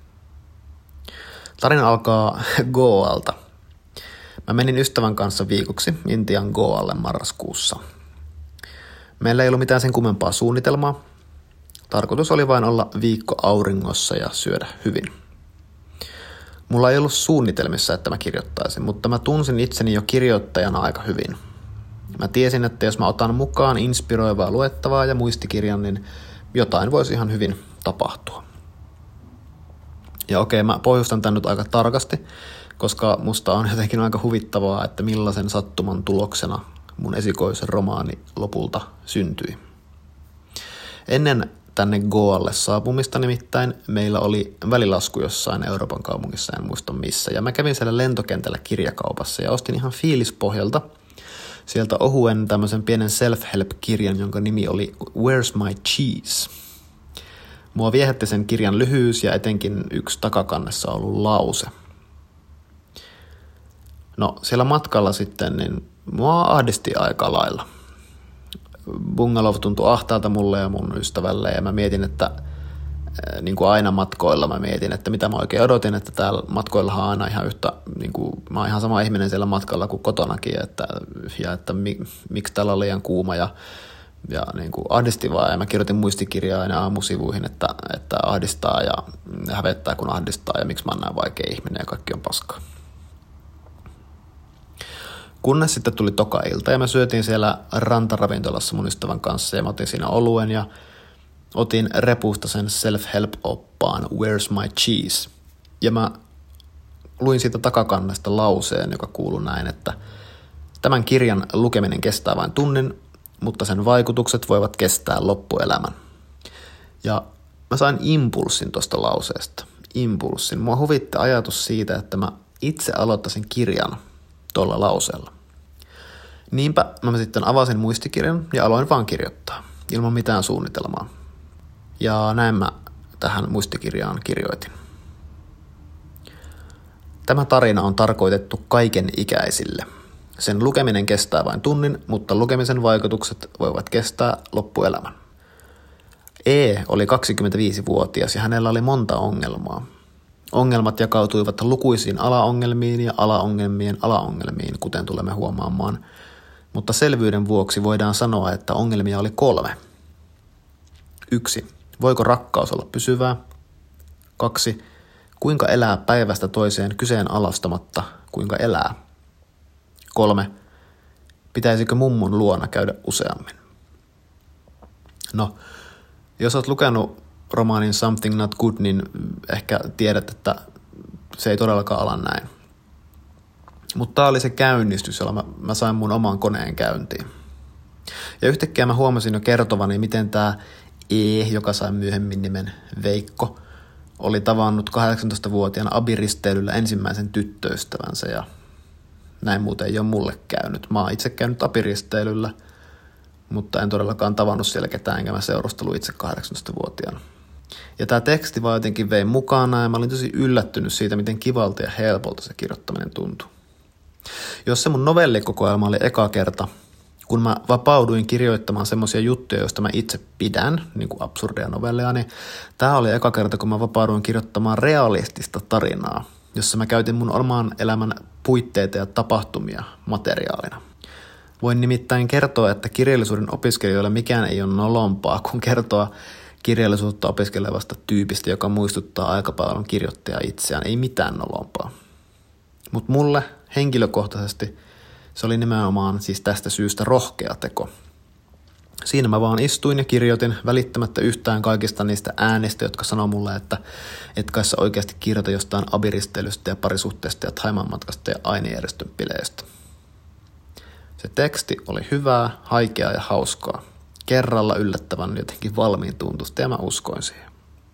Tarina alkaa Goalta. Mä menin ystävän kanssa viikoksi Intian Goalle marraskuussa. Meillä ei ollut mitään sen kummempaa suunnitelmaa. Tarkoitus oli vain olla viikko auringossa ja syödä hyvin. Mulla ei ollut suunnitelmissa, että mä kirjoittaisin, mutta mä tunsin itseni jo kirjoittajana aika hyvin. Mä tiesin, että jos mä otan mukaan inspiroivaa luettavaa ja muistikirjan, niin jotain voisi ihan hyvin tapahtua. Ja okei, mä pohjustan tän nyt aika tarkasti, koska musta on jotenkin aika huvittavaa, että millaisen sattuman tuloksena mun esikoisromaani lopulta syntyi. Ennen tänne Goalle saapumista nimittäin meillä oli välilasku jossain Euroopan kaupungissa, en muista missä. Ja mä kävin siellä lentokentällä kirjakaupassa ja ostin ihan fiilispohjalta sieltä ohuen tämmöisen pienen self-help-kirjan, jonka nimi oli Where's My Cheese? Mua viehätti sen kirjan lyhyys ja etenkin yksi takakannessa ollut lause. No siellä matkalla sitten niin mua ahdisti aika lailla. Bungalow tuntui ahtaalta mulle ja mun ystävälle ja mä mietin, että niin kuin aina matkoilla mä mietin, että mitä mä oikein odotin, että täällä matkoillahan on aina ihan yhtä, niin kuin, mä oon ihan sama ihminen siellä matkalla kuin kotonakin, että, ja että mi, miksi täällä on liian kuuma ja, ja niin kuin ahdisti vaan, ja mä kirjoitin muistikirjaa aina aamusivuihin, että, että ahdistaa ja hävettää kun ahdistaa ja miksi mä oon näin vaikea ihminen ja kaikki on paskaa. Kunnes sitten tuli toka ilta ja me syötiin siellä rantaravintolassa mun ystävän kanssa ja mä otin siinä oluen ja otin repusta sen self-help-oppaan Where's My Cheese? Ja mä luin siitä takakannesta lauseen, joka kuului näin, että tämän kirjan lukeminen kestää vain tunnin, mutta sen vaikutukset voivat kestää loppuelämän. Ja mä sain impulssin tuosta lauseesta. Impulssin. Mua huvitti ajatus siitä, että mä itse aloittaisin kirjan tuolla lauseella. Niinpä mä sitten avasin muistikirjan ja aloin vaan kirjoittaa, ilman mitään suunnitelmaa. Ja näin mä tähän muistikirjaan kirjoitin. Tämä tarina on tarkoitettu kaiken ikäisille. Sen lukeminen kestää vain tunnin, mutta lukemisen vaikutukset voivat kestää loppuelämän. E oli kaksikymmentäviisivuotias ja hänellä oli monta ongelmaa. Ongelmat jakautuivat lukuisiin alaongelmiin ja alaongelmien alaongelmiin, kuten tulemme huomaamaan, mutta selvyyden vuoksi voidaan sanoa, että ongelmia oli kolme. Yksi. Voiko rakkaus olla pysyvää? Kaksi. Kuinka elää päivästä toiseen kyseenalaistamatta, kuinka elää? Kolme. Pitäisikö mummon luona käydä useammin? No, jos olet lukenut romaanin Something Not Good, niin ehkä tiedät, että se ei todellakaan ala näin. Mutta tämä oli se käynnistys, jolla mä, mä sain mun oman koneen käyntiin. Ja yhtäkkiä mä huomasin jo kertovani, miten tämä E, joka sai myöhemmin nimen Veikko, oli tavannut kahdeksantoistavuotiaana abiristeilyllä ensimmäisen tyttöystävänsä ja näin muuten ei ole mulle käynyt. Mä oon itse käynyt abiristeilyllä, mutta en todellakaan tavannut siellä ketään, enkä mä seurustellut itse kahdeksantoistavuotiaana. Ja tämä teksti vaan jotenkin vei mukana ja mä olin tosi yllättynyt siitä, miten kivalta ja helpolta se kirjoittaminen tuntui. Jos se mun novellikokoelma oli eka kerta, kun mä vapauduin kirjoittamaan semmoisia juttuja, joista mä itse pidän, niin kuin absurdeja novelleja, niin tää oli eka kerta, kun mä vapauduin kirjoittamaan realistista tarinaa, jossa mä käytin mun oman elämän puitteita ja tapahtumia materiaalina. Voin nimittäin kertoa, että kirjallisuuden opiskelijoilla mikään ei ole nolompaa kuin kertoa kirjallisuutta opiskelevasta tyypistä, joka muistuttaa aika paljon kirjoittajaa itseään. Ei mitään nolompaa. Mutta mulle henkilökohtaisesti se oli nimenomaan siis tästä syystä rohkea teko. Siinä mä vaan istuin ja kirjoitin välittämättä yhtään kaikista niistä äänistä, jotka sanoo mulle, että et kai sä oikeasti kirjoita jostain abiristeilystä ja parisuhteesta ja Thaimaanmatkasta ja ainejärjestön bileistä. Se teksti oli hyvää, haikeaa ja hauskaa. Kerralla yllättävän jotenkin valmiin tuntusta ja mä uskoin siihen.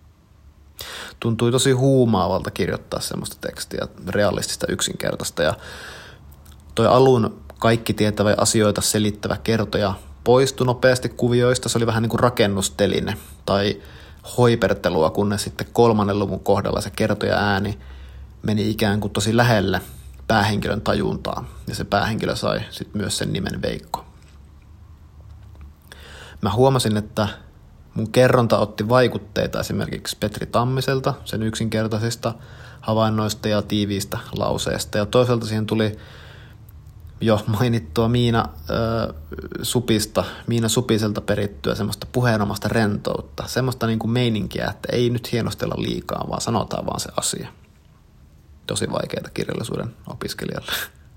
Tuntui tosi huumaavalta kirjoittaa semmoista tekstiä, realistista, yksinkertaista ja toi alun kaikki tietävä asioita selittävä kertoja poistui nopeasti kuvioista. Se oli vähän niin kuin rakennusteline tai hoipertelua, kunnes sitten kolmannen luvun kohdalla se kertoja ääni meni ikään kuin tosi lähelle päähenkilön tajuntaa. Ja se päähenkilö sai sitten myös sen nimen Veikko. Mä huomasin, että mun kerronta otti vaikutteita esimerkiksi Petri Tammiselta, sen yksinkertaisista havainnoista ja tiiviistä lauseista. Ja toisaalta siihen tuli jo mainittua Miina äh, Supista, Miina Supiselta perittyä semmoista puheenomasta rentoutta, semmoista niin kuin meininkiä, että ei nyt hienostella liikaa, vaan sanotaan vaan se asia. Tosi vaikeaa kirjallisuuden opiskelijalle.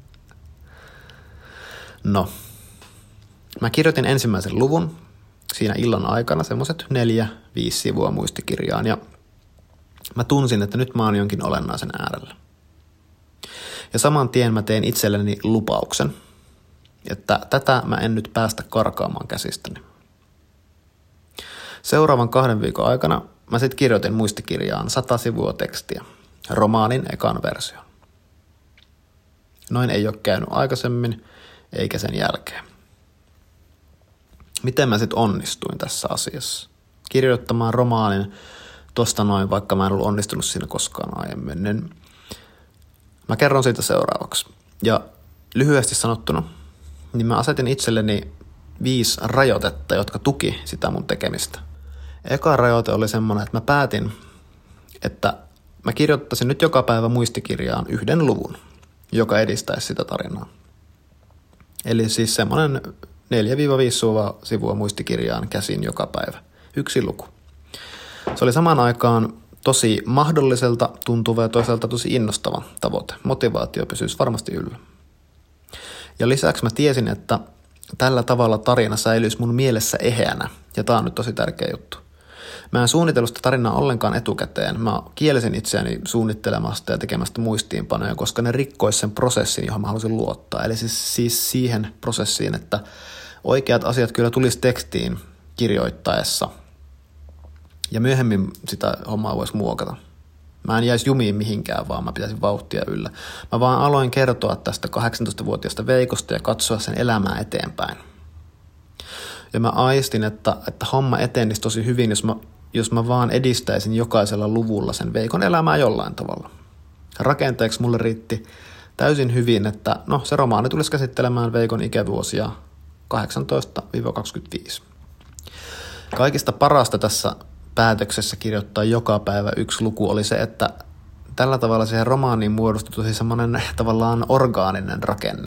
No, mä kirjoitin ensimmäisen luvun siinä illan aikana, semmoiset neljä, viisi sivua muistikirjaan, ja mä tunsin, että nyt mä oon jonkin olennaisen äärellä. Ja saman tien mä tein itselleni lupauksen. että tätä mä en nyt päästä karkaamaan käsistäni. Seuraavan kahden viikon aikana mä sitten kirjoitin muistikirjaan sata sivua tekstiä, romaanin ekan version. Noin ei ole käynyt aikaisemmin, eikä sen jälkeen. Miten mä sitten onnistuin tässä asiassa? Kirjoittamaan romaanin tosta noin, vaikka mä en ollut onnistunut siinä koskaan aiemmin, niin mä kerron siitä seuraavaksi. Ja lyhyesti sanottuna, niin mä asetin itselleni viisi rajoitetta, jotka tuki sitä mun tekemistä. Eka rajoite oli semmoinen, että mä päätin, että mä kirjoittaisin nyt joka päivä muistikirjaan yhden luvun, joka edistäisi sitä tarinaa. Eli siis semmoinen neljä viisi sivua muistikirjaan käsin joka päivä. Yksi luku. Se oli samaan aikaan tosi mahdolliselta tuntuva ja toisaalta tosi innostava tavoite. Motivaatio pysyisi varmasti yllä. Ja lisäksi mä tiesin, että tällä tavalla tarina säilyisi mun mielessä eheänä. Ja tää on nyt tosi tärkeä juttu. Mä en suunnitellut sitä tarinaa ollenkaan etukäteen. Mä kielsin itseäni suunnittelemasta ja tekemästä muistiinpanoja, koska ne rikkois sen prosessin, johon mä halusin luottaa. Eli siis, siis siihen prosessiin, että oikeat asiat kyllä tulisi tekstiin kirjoittaessa. Ja myöhemmin sitä hommaa voisi muokata. Mä en jäisi jumiin mihinkään, vaan mä pitäisin vauhtia yllä. Mä vaan aloin kertoa tästä kahdeksantoistavuotiaasta Veikosta ja katsoa sen elämää eteenpäin. Ja mä aistin, että, että homma etenisi tosi hyvin, jos mä, jos mä vaan edistäisin jokaisella luvulla sen Veikon elämää jollain tavalla. Rakenteeksi mulle riitti täysin hyvin, että no se romaani tulisi käsittelemään Veikon ikävuosia kahdeksantoista kaksikymmentäviisi. Kaikista parasta tässä päätöksessä kirjoittaa joka päivä yksi luku oli se, että tällä tavalla siihen romaaniin muodostui semmoinen tavallaan orgaaninen rakenne.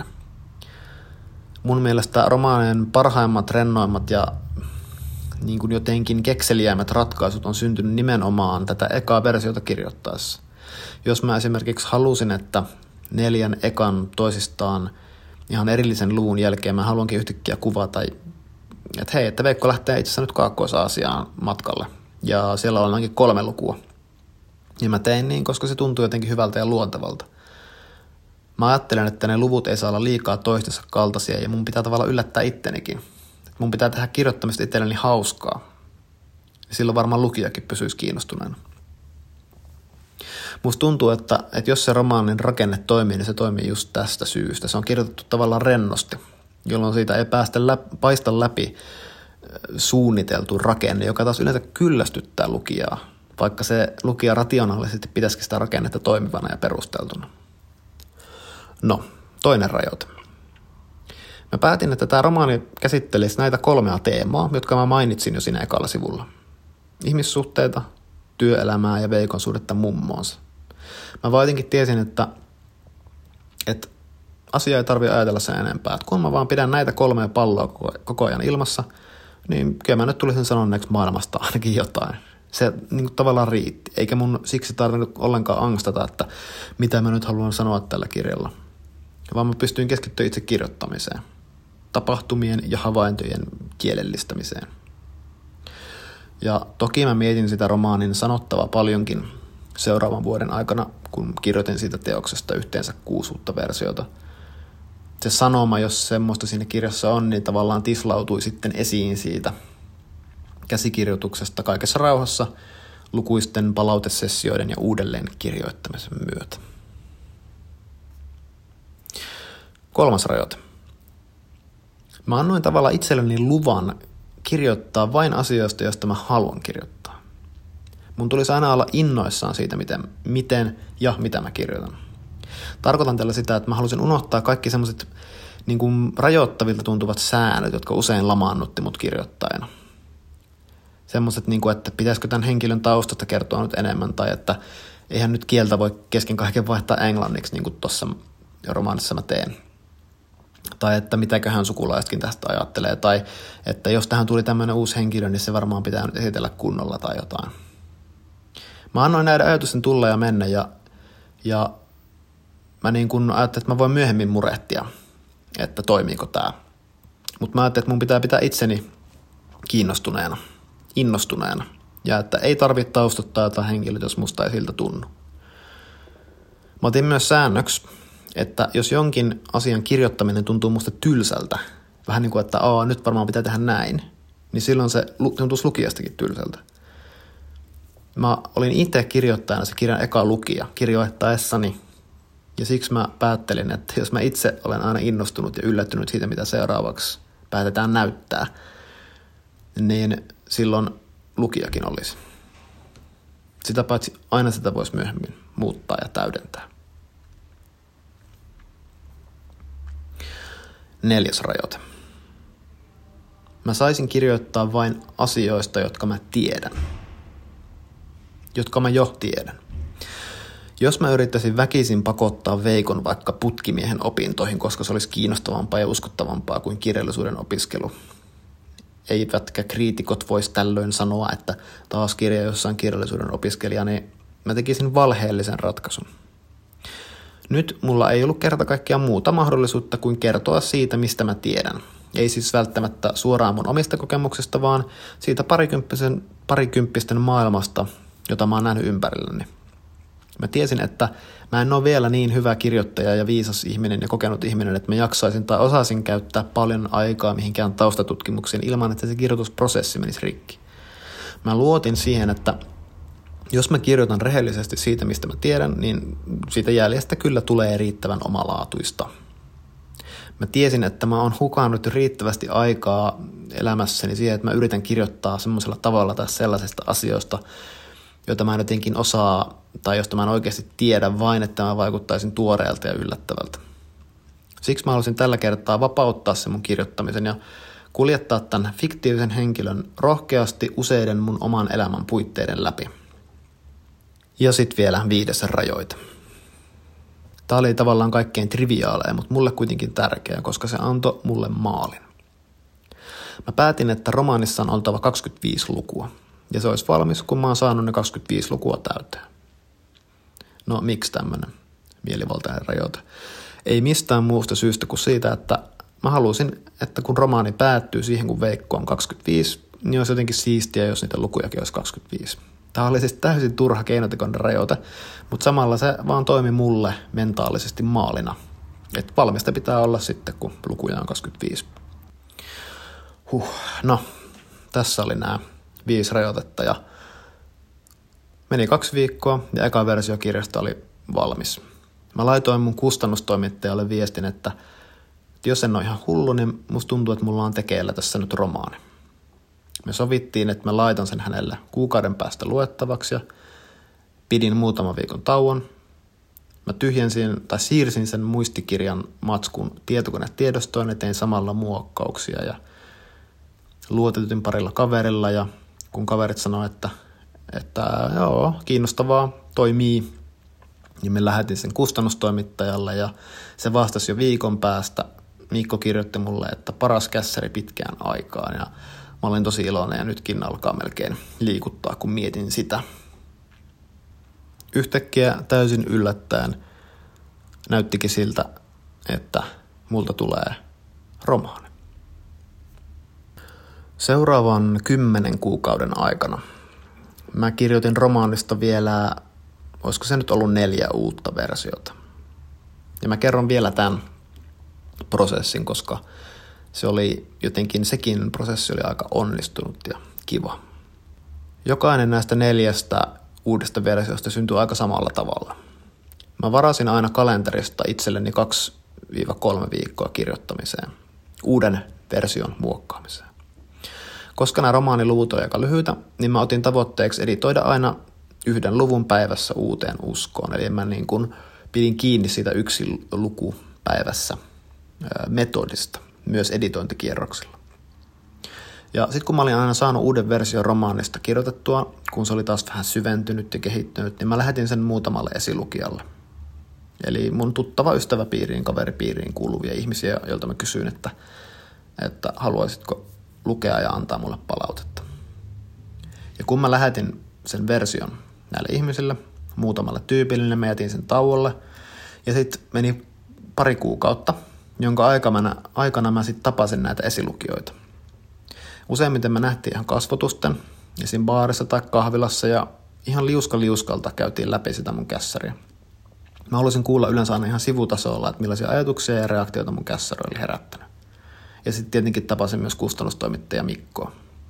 Mun mielestä romaanien parhaimmat, rennoimmat ja niin kuin jotenkin kekseliäimmät ratkaisut on syntynyt nimenomaan tätä ekaa versiota kirjoittaessa. Jos mä esimerkiksi halusin, että neljän ekan toisistaan ihan erillisen luvun jälkeen mä haluankin yhtäkkiä kuvata, että hei, että Veikko lähtee itse asiassa nyt Kaakkois-Aasiaan matkalle. Ja siellä on ainakin kolme lukua. Ja mä tein niin, koska se tuntuu jotenkin hyvältä ja luontevalta. Mä ajattelen, että ne luvut ei saa olla liikaa toistensa kaltaisia ja mun pitää tavallaan yllättää ittenikin. Mun pitää tehdä kirjoittamista itselleni hauskaa. Ja silloin varmaan lukijakin pysyisi kiinnostuneena. Musta tuntuu, että, että jos se romaanin rakenne toimii, niin se toimii just tästä syystä. Se on kirjoitettu tavallaan rennosti, jolloin siitä ei päästä läpi, paista läpi suunniteltu rakenne, joka taas yleensä kyllästyttää lukijaa, vaikka se lukija rationaalisesti pitäisikin sitä rakennetta toimivana ja perusteltuna. No, toinen rajoite. Mä päätin, että tämä romaani käsittelisi näitä kolmea teemaa, jotka mä mainitsin jo siinä ekalla sivulla. Ihmissuhteita, työelämää ja Veikon suhdetta mummoonsa. Mä vaitinkin tiesin, että, että asia ei tarvitse ajatella sen enempää. Että kun mä vaan pidän näitä kolmea palloa koko, koko ajan ilmassa, niin kyllä mä nyt tulisin sanoneeksi maailmasta ainakin jotain. Se niin kuin tavallaan riitti, eikä mun siksi tarvinnut ollenkaan angstata, että mitä mä nyt haluan sanoa tällä kirjalla. Vaan mä pystyin keskittyä itse kirjoittamiseen, tapahtumien ja havaintojen kielellistämiseen. Ja toki mä mietin sitä romaanin sanottavaa paljonkin seuraavan vuoden aikana, kun kirjoitin siitä teoksesta yhteensä kuusi uutta versiota. Se sanoma, jos semmoista siinä kirjassa on, niin tavallaan tislautui sitten esiin siitä käsikirjoituksesta kaikessa rauhassa lukuisten palautesessioiden ja uudelleen kirjoittamisen myötä. Kolmas rajoite. Mä annoin tavallaan itselleni luvan kirjoittaa vain asioista, joista mä haluan kirjoittaa. Mun tulisi aina olla innoissaan siitä, miten, miten ja mitä mä kirjoitan. Tarkoitan tällä sitä, että mä halusin unohtaa kaikki semmoiset niin kuin rajoittavilta tuntuvat säännöt, jotka usein lamaannutti mut kirjoittajana. Semmoiset, niin kuin, että pitäisikö tämän henkilön taustasta kertoa nyt enemmän, tai että eihän nyt kieltä voi kesken kaiken vaihtaa englanniksi, niin kuin tuossa romaanissa mä teen. Tai että mitäköhän sukulaisetkin tästä ajattelee, tai että jos tähän tuli tämmöinen uusi henkilö, niin se varmaan pitää nyt esitellä kunnolla tai jotain. Mä annoin näiden ajatusten tulla ja mennä, ja, ja mä niin kun ajattelin, että mä voin myöhemmin murehtia, että toimiiko tää. Mutta mä ajattelin, että mun pitää pitää itseni kiinnostuneena, innostuneena, ja että ei tarvitse taustottaa jotain henkilöä, jos musta ei siltä tunnu. Mä otin myös säännöksi, että jos jonkin asian kirjoittaminen tuntuu musta tylsältä, vähän niin kuin, että Aa, nyt varmaan pitää tehdä näin, niin silloin se tuntuisi lukijastakin tylsältä. Mä olin itse kirjoittajana se kirjan eka lukija kirjoittaessani, ja siksi mä päättelin, että jos mä itse olen aina innostunut ja yllättynyt siitä, mitä seuraavaksi päätetään näyttää, niin silloin lukijakin olisi. Sitä paitsi aina sitä voisi myöhemmin muuttaa ja täydentää. Neljäs rajoite. Mä saisin kirjoittaa vain asioista, jotka mä tiedän. Jotka mä jo tiedän. Jos mä yrittäisin väkisin pakottaa Veikon vaikka putkimiehen opintoihin, koska se olisi kiinnostavampaa ja uskottavampaa kuin kirjallisuuden opiskelu, eivätkä kriitikot vois tällöin sanoa, että taas kirja jossain kirjallisuuden opiskelija, niin mä tekisin valheellisen ratkaisun. Nyt mulla ei ollut kerta kaikkiaan muuta mahdollisuutta kuin kertoa siitä, mistä mä tiedän. Ei siis välttämättä suoraan mun omista kokemuksista, vaan siitä parikymppisen, parikymppisten maailmasta, jota mä oon nähnyt ympärilläni. Mä tiesin, että mä en ole vielä niin hyvä kirjoittaja ja viisas ihminen ja kokenut ihminen, että mä jaksaisin tai osaisin käyttää paljon aikaa mihinkään taustatutkimuksiin ilman, että se kirjoitusprosessi menisi rikki. Mä luotin siihen, että jos mä kirjoitan rehellisesti siitä, mistä mä tiedän, niin siitä jäljestä kyllä tulee riittävän omalaatuista. Mä tiesin, että mä oon hukannut riittävästi aikaa elämässäni siihen, että mä yritän kirjoittaa semmoisella tavalla tai sellaisista asioista, joita mä en jotenkin osaa tai josta mä en oikeasti tiedä, vain että mä vaikuttaisin tuoreelta ja yllättävältä. Siksi mä halusin tällä kertaa vapauttaa sen mun kirjoittamisen ja kuljettaa tämän fiktiivisen henkilön rohkeasti useiden mun oman elämän puitteiden läpi. Ja sitten vielä viides rajoite. Tämä oli tavallaan kaikkein triviaaleja, mutta mulle kuitenkin tärkeä, koska se antoi mulle maalin. Mä päätin, että romaanissa on oltava kaksikymmentäviisi lukua. Ja se olisi valmis, kun mä oon saanut ne kaksikymmentäviisi lukua täyteen. No, miksi tämmönen mielivaltainen rajoite? Ei mistään muusta syystä kuin siitä, että mä halusin, että kun romaani päättyy siihen, kun Veikko on kaksikymmentäviisi, niin olisi jotenkin siistiä, jos niitä lukujakin olisi kaksikymmentäviisi. Tämä oli siis täysin turha keinotekoinen rajoite, mutta samalla se vaan toimi mulle mentaalisesti maalina. Että valmista pitää olla sitten, kun lukuja on kaksikymmentäviisi. Huh, no, tässä oli nämä viisi rajoitetta ja meni kaksi viikkoa ja eka versio kirjasta oli valmis. Mä laitoin mun kustannustoimittajalle viestin, että, että jos en ole ihan hullu, niin musta tuntuu, että mulla on tekeillä tässä nyt romaani. Me sovittiin, että mä laitan sen hänelle kuukauden päästä luettavaksi ja pidin muutaman viikon tauon. Mä tyhjensin tai siirsin sen muistikirjan matskun tietokonetiedostoon ja tein samalla muokkauksia ja luotetutin parilla kaverilla ja kun kaverit sanoi, että, että joo, kiinnostavaa, toimii, niin me lähetin sen kustannustoimittajalle ja se vastasi jo viikon päästä. Mikko kirjoitti mulle, että paras kässäri pitkään aikaan ja mä olin tosi iloinen ja nytkin alkaa melkein liikuttaa, kun mietin sitä. Yhtäkkiä täysin yllättäen näyttikin siltä, että multa tulee romaani. Seuraavan kymmenen kuukauden aikana mä kirjoitin romaanista vielä, olisiko se nyt ollut neljä uutta versiota. Ja mä kerron vielä tämän prosessin, koska se oli jotenkin, sekin prosessi oli aika onnistunut ja kiva. Jokainen näistä neljästä uudesta versiosta syntyi aika samalla tavalla. Mä varasin aina kalenterista itselleni kaksi kolme viikkoa kirjoittamiseen, uuden version muokkaamiseen. Koska nämä romaaniluvut on aika lyhyitä, niin mä otin tavoitteeksi editoida aina yhden luvun päivässä uuteen uskoon. Eli mä niin kuin pidin kiinni siitä yksi luku päivässä metodista, myös editointikierroksilla. Ja sitten kun mä olin aina saanut uuden version romaanista kirjoitettua, kun se oli taas vähän syventynyt ja kehittynyt, niin mä lähetin sen muutamalle esilukijalle. Eli mun tuttava ystäväpiiriin, kaveripiiriin kuuluvia ihmisiä, joilta mä kysyin, että, että haluaisitko lukea ja antaa mulle palautetta. Ja kun mä lähetin sen version näille ihmisille, muutamalle tyypille, mä jätin sen tauolle. Ja sitten meni pari kuukautta, jonka aikana, aikana mä sitten tapasin näitä esilukijoita. Useimmiten me nähtiin ihan kasvotusten, esim. Baarissa tai kahvilassa, ja ihan liuska liuskalta käytiin läpi sitä mun kässäriä. Mä haluaisin kuulla yleensä aina ihan sivutasolla, että millaisia ajatuksia ja reaktioita mun kässari oli herättänyt. Ja sitten tietenkin tapasin myös kustannustoimittaja Mikkoa.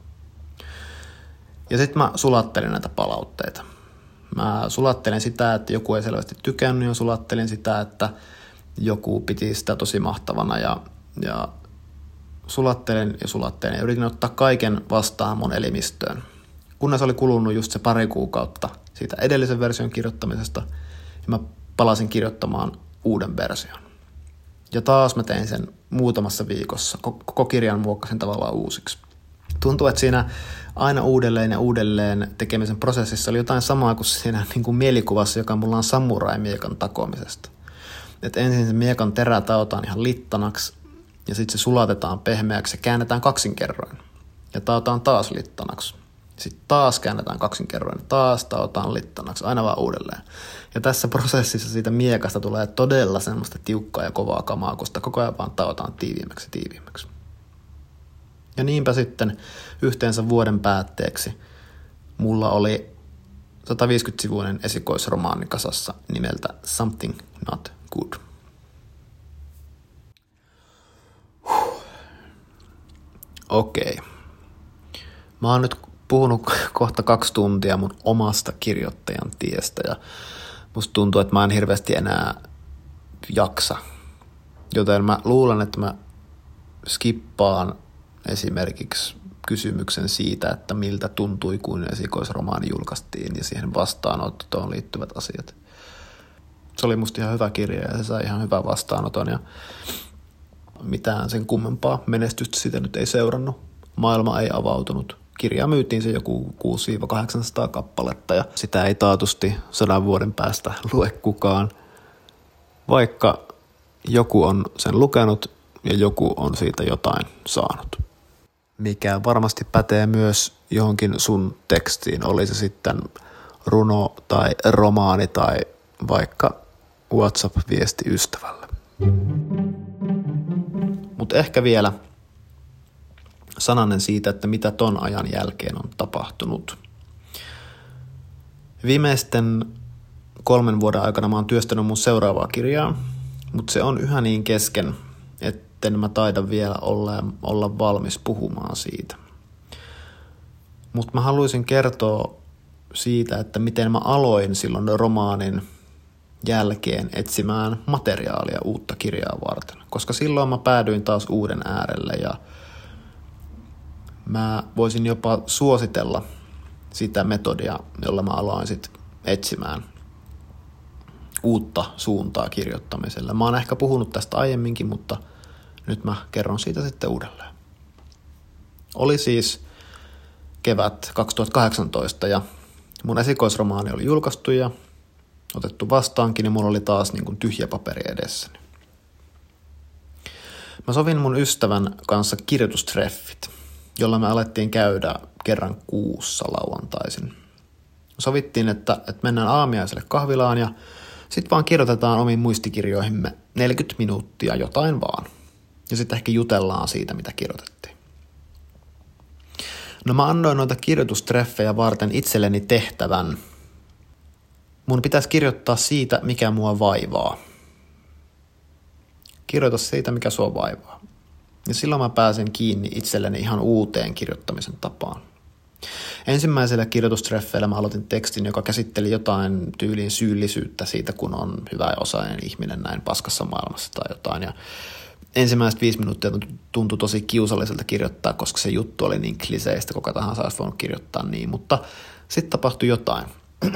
Ja sitten mä sulattelin näitä palautteita. Mä sulattelin sitä, että joku ei selvästi tykännyt, ja sulattelin sitä, että joku piti sitä tosi mahtavana, ja, ja sulattelin ja sulattelin ja yritin ottaa kaiken vastaan mun elimistöön. Kunnes oli kulunut just se pari kuukautta siitä edellisen version kirjoittamisesta, ja mä palasin kirjoittamaan uuden version. Ja taas mä tein sen muutamassa viikossa. Koko kirjan muokkasin tavallaan uusiksi. Tuntuu, että siinä aina uudelleen ja uudelleen tekemisen prosessissa oli jotain samaa kuin siinä niin kuin mielikuvassa, joka mulla on samurai-miekan takomisesta. Että ensin se miekan terä taotaan ihan littanaksi, ja sitten se sulatetaan pehmeäksi ja käännetään kaksinkerroin. Ja taotaan taas littanaksi. Sitten taas käännetään kaksinkerroin, taas taotaan littanaksi, aina vaan uudelleen. Ja tässä prosessissa siitä miekasta tulee todella semmoista tiukkaa ja kovaa kamaa, kun sitä koko ajan vaan taotaan tiiviimmäksi ja tiiviimmäksi. Ja niinpä sitten yhteensä vuoden päätteeksi mulla oli sataviisikymmentä-sivuinen esikoisromaani kasassa nimeltä Something Not Good. Huh. Okei. Mä oon nyt puhunut kohta kaksi tuntia mun omasta kirjoittajan tiestä ja musta tuntuu, että mä en hirveästi enää jaksa. Joten mä luulen, että mä skippaan esimerkiksi kysymyksen siitä, että miltä tuntui, kun esikoisromaani julkaistiin ja siihen vastaanottoon liittyvät asiat. Se oli musta ihan hyvä kirja ja se sai ihan hyvän vastaanoton ja mitään sen kummempaa menestystä sitä nyt ei seurannut. Maailma ei avautunut. Kirjaa myytiin se joku kuusi kahdeksansataa kappaletta ja sitä ei taatusti sadan vuoden päästä lue kukaan, vaikka joku on sen lukenut ja joku on siitä jotain saanut. Mikä varmasti pätee myös johonkin sun tekstiin, oli se sitten runo tai romaani tai vaikka WhatsApp-viesti ystävälle. Mutta ehkä vielä sananen siitä, että mitä ton ajan jälkeen on tapahtunut. Viimeisten kolmen vuoden aikana mä oon työstänyt mun seuraavaa kirjaa, mutta se on yhä niin kesken, etten mä taida vielä olla, olla valmis puhumaan siitä. Mutta mä haluaisin kertoa siitä, että miten mä aloin silloin romaanin jälkeen etsimään materiaalia uutta kirjaa varten. Koska silloin mä päädyin taas uuden äärelle ja mä voisin jopa suositella sitä metodia, jolla mä aloin sit etsimään uutta suuntaa kirjoittamiselle. Mä oon ehkä puhunut tästä aiemminkin, mutta nyt mä kerron siitä sitten uudelleen. Oli siis kevät kaksituhattakahdeksantoista ja mun esikoisromaani oli julkaistu ja otettu vastaankin, niin mulla oli taas niin kuin tyhjä paperi edessäni. Mä sovin mun ystävän kanssa kirjoitustreffit, jolla me alettiin käydä kerran kuussa lauantaisin. Sovittiin, että, että mennään aamiaiselle kahvilaan ja sitten vaan kirjoitetaan omiin muistikirjoihimme neljäkymmentä minuuttia jotain vaan. Ja sitten ehkä jutellaan siitä, mitä kirjoitettiin. No mä annoin noita kirjoitustreffejä varten itselleni tehtävän. Mun pitäisi kirjoittaa siitä, mikä mua vaivaa. Kirjoita siitä, mikä sua vaivaa. Ja silloin mä pääsen kiinni itselleni ihan uuteen kirjoittamisen tapaan. Ensimmäisellä kirjoitustreffeillä mä aloitin tekstin, joka käsitteli jotain tyyliin syyllisyyttä siitä, kun on hyvä ja osainen ihminen näin paskassa maailmassa tai jotain. Ja ensimmäiset viisi minuuttia tuntui tosi kiusalliselta kirjoittaa, koska se juttu oli niin kliseistä, kuka tahansa olisi voinut kirjoittaa niin. Mutta sitten tapahtui jotain.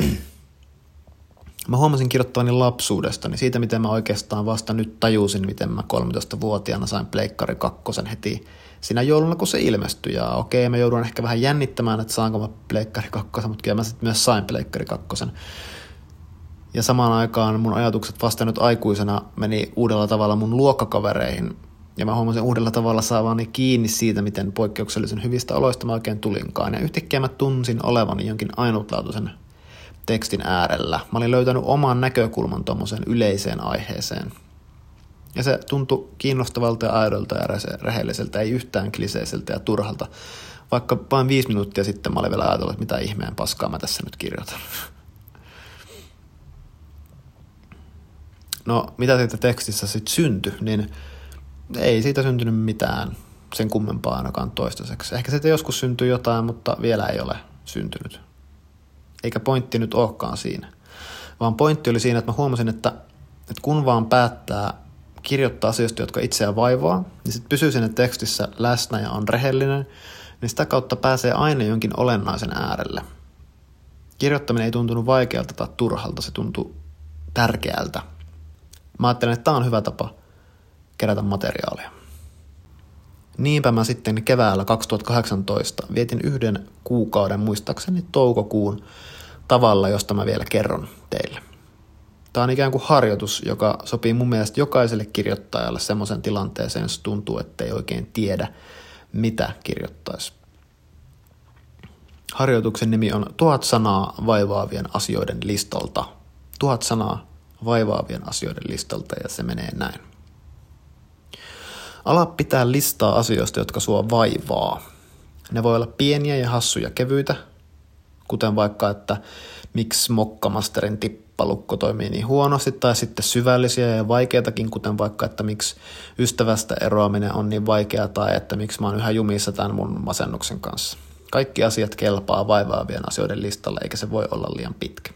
Mä huomasin kirjoittavani lapsuudestani, siitä miten mä oikeastaan vasta nyt tajusin, miten mä kolmetoistavuotiaana sain Pleikkari kakkosen heti siinä jouluna, kun se ilmestyi. Ja okei, mä joudun ehkä vähän jännittämään, että saanko mä Pleikkari kakkosen, mutta kyllä mä sitten myös sain Pleikkari kakkosen. Ja samaan aikaan mun ajatukset vasta nyt aikuisena meni uudella tavalla mun luokkakavereihin. Ja mä huomasin uudella tavalla saavani kiinni siitä, miten poikkeuksellisen hyvistä oloista mä oikein tulinkaan. Ja yhtäkkiä mä tunsin olevani jonkin ainutlaatuisen tekstin äärellä. Mä olin löytänyt oman näkökulman tommoseen yleiseen aiheeseen. Ja se tuntui kiinnostavalta ja aidolta ja rehelliseltä, ei yhtään kliseiseltä ja turhalta. Vaikka vain viisi minuuttia sitten mä olin vielä ajatellut, että mitä ihmeen paskaa mä tässä nyt kirjoitan. No, mitä siitä tekstissä sitten syntyi, niin ei siitä syntynyt mitään sen kummempaa ainakaan toistaiseksi. Ehkä siitä joskus syntyi jotain, mutta vielä ei ole syntynyt. Eikä pointti nyt olekaan siinä. Vaan pointti oli siinä, että mä huomasin, että, että kun vaan päättää kirjoittaa asioista, jotka itseään vaivaa, niin sitten pysyy siinä tekstissä läsnä ja on rehellinen, niin sitä kautta pääsee aina jonkin olennaisen äärelle. Kirjoittaminen ei tuntunut vaikealta tai turhalta, se tuntui tärkeältä. Mä ajattelen, että tämä on hyvä tapa kerätä materiaalia. Niinpä mä sitten keväällä kaksituhattakahdeksantoista vietin yhden kuukauden, muistaakseni toukokuun, tavalla, josta mä vielä kerron teille. Tämä on ikään kuin harjoitus, joka sopii mun mielestä jokaiselle kirjoittajalle semmoisen tilanteeseen, jos tuntuu, ettei oikein tiedä, mitä kirjoittaisi. Harjoituksen nimi on Tuhat sanaa vaivaavien asioiden listalta. Tuhat sanaa vaivaavien asioiden listalta, ja se menee näin. Ala pitää listaa asioista, jotka sua vaivaa. Ne voi olla pieniä ja hassuja kevyitä, kuten vaikka, että miksi Mokkamasterin tippalukko toimii niin huonosti, tai sitten syvällisiä ja vaikeitakin, kuten vaikka, että miksi ystävästä eroaminen on niin vaikeaa, tai että miksi mä oon yhä jumissa tämän mun masennuksen kanssa. Kaikki asiat kelpaa vaivaavien asioiden listalle, eikä se voi olla liian pitkä.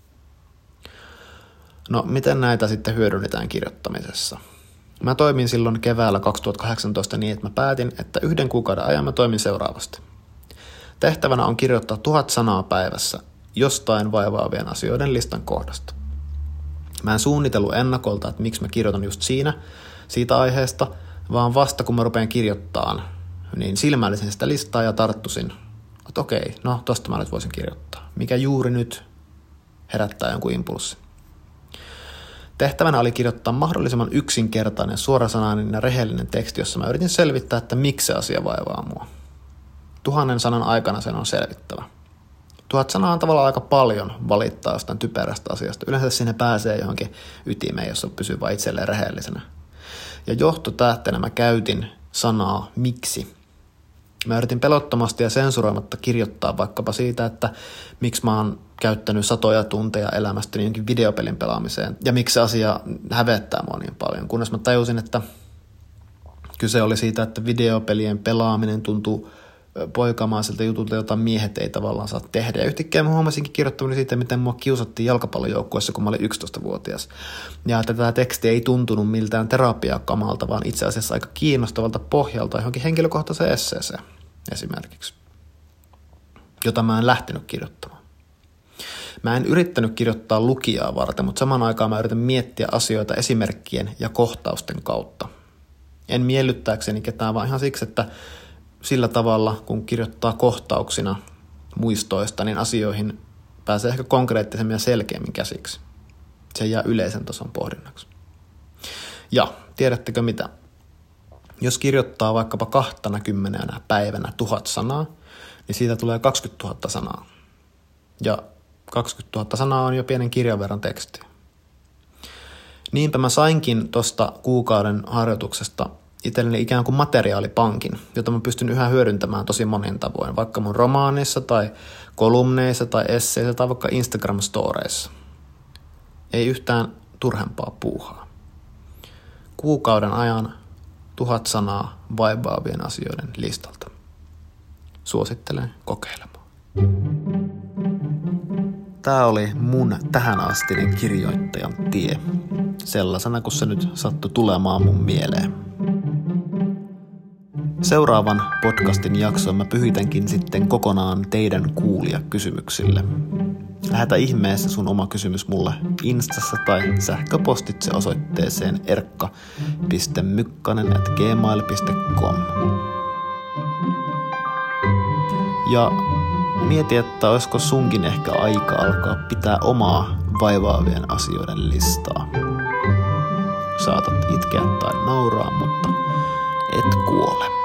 No, miten näitä sitten hyödynnetään kirjoittamisessa? Mä toimin silloin keväällä kaksituhattakahdeksantoista niin, että mä päätin, että yhden kuukauden ajan mä toimin seuraavasti. Tehtävänä on kirjoittaa tuhat sanaa päivässä jostain vaivaavien asioiden listan kohdasta. Mä en suunnitellut ennakolta, että miksi mä kirjoitan just siinä, siitä aiheesta, vaan vasta kun mä rupean kirjoittamaan, niin silmäillisin sitä listaa ja tarttusin, että okei, no tosta mä nyt voisin kirjoittaa. Mikä juuri nyt herättää jonkun impulssin. Tehtävänä oli kirjoittaa mahdollisimman yksinkertainen, suorasanainen ja rehellinen teksti, jossa mä yritin selvittää, että miksi se asia vaivaa mua. Tuhannen sanan aikana sen on selvittävä. Tuhat sanaa on tavallaan aika paljon valittaa jostain typerästä asiasta. Yleensä sinne pääsee johonkin ytimeen, jossa pysyy vain itselleen rehellisenä. Ja johtotähtenä mä käytin sanaa miksi. Mä yritin pelottomasti ja sensuroimatta kirjoittaa vaikkapa siitä, että miksi mä oon käyttänyt satoja tunteja elämästäni jonkin videopelin pelaamiseen ja miksi se asia hävettää mua niin paljon. Kunnes mä tajusin, että kyse oli siitä, että videopelien pelaaminen tuntuu poikamaiselta jutulta, jota miehet ei tavallaan saa tehdä. Ja yhtäkkiä mä huomasinkin kirjoittamani siitä, miten mua kiusattiin jalkapallojoukkueessa, kun mä olin yksitoistavuotias. Ja että tämä teksti ei tuntunut miltään terapiakamalta, vaan itse asiassa aika kiinnostavalta pohjalta johonkin henkilökohtaiseen esseeseen esimerkiksi, jota mä en lähtenyt kirjoittamaan. Mä en yrittänyt kirjoittaa lukijaa varten, mutta samaan aikaan mä yritän miettiä asioita esimerkkien ja kohtausten kautta. En miellyttääkseni ketään, vaan ihan siksi, että sillä tavalla, kun kirjoittaa kohtauksina muistoista, niin asioihin pääsee ehkä konkreettisemmin ja selkeämmin käsiksi. Se jää yleisen tason pohdinnaksi. Ja tiedättekö mitä? Jos kirjoittaa vaikkapa kaksikymmentä päivänä tuhat sanaa, niin siitä tulee kaksikymmentätuhatta sanaa. Ja kaksikymmentätuhatta sanaa on jo pienen kirjan verran tekstiä. Niinpä mä sainkin tuosta kuukauden harjoituksesta itselleni ikään kuin materiaalipankin, jota mä pystyn yhä hyödyntämään tosi monin tavoin, vaikka mun romaanissa tai kolumneissa tai esseissä tai vaikka Instagram-storeissa. Ei yhtään turhempaa puuhaa. Kuukauden ajan tuhat sanaa vaivaavien asioiden listalta. Suosittelen kokeilemaan. Tämä oli mun tähänastinen kirjoittajan tie, sellaisena kun se nyt sattui tulemaan mun mieleen. Seuraavan podcastin jakson mä pyhitänkin sitten kokonaan teidän kuulijakysymyksille. Lähetä ihmeessä sun oma kysymys mulle Instassa tai sähköpostitse osoitteeseen erkka piste mykkänen ät gmail piste com. Ja mieti, että olisiko sunkin ehkä aika alkaa pitää omaa vaivaavien asioiden listaa. Saatat itkeä tai nauraa, mutta et kuole.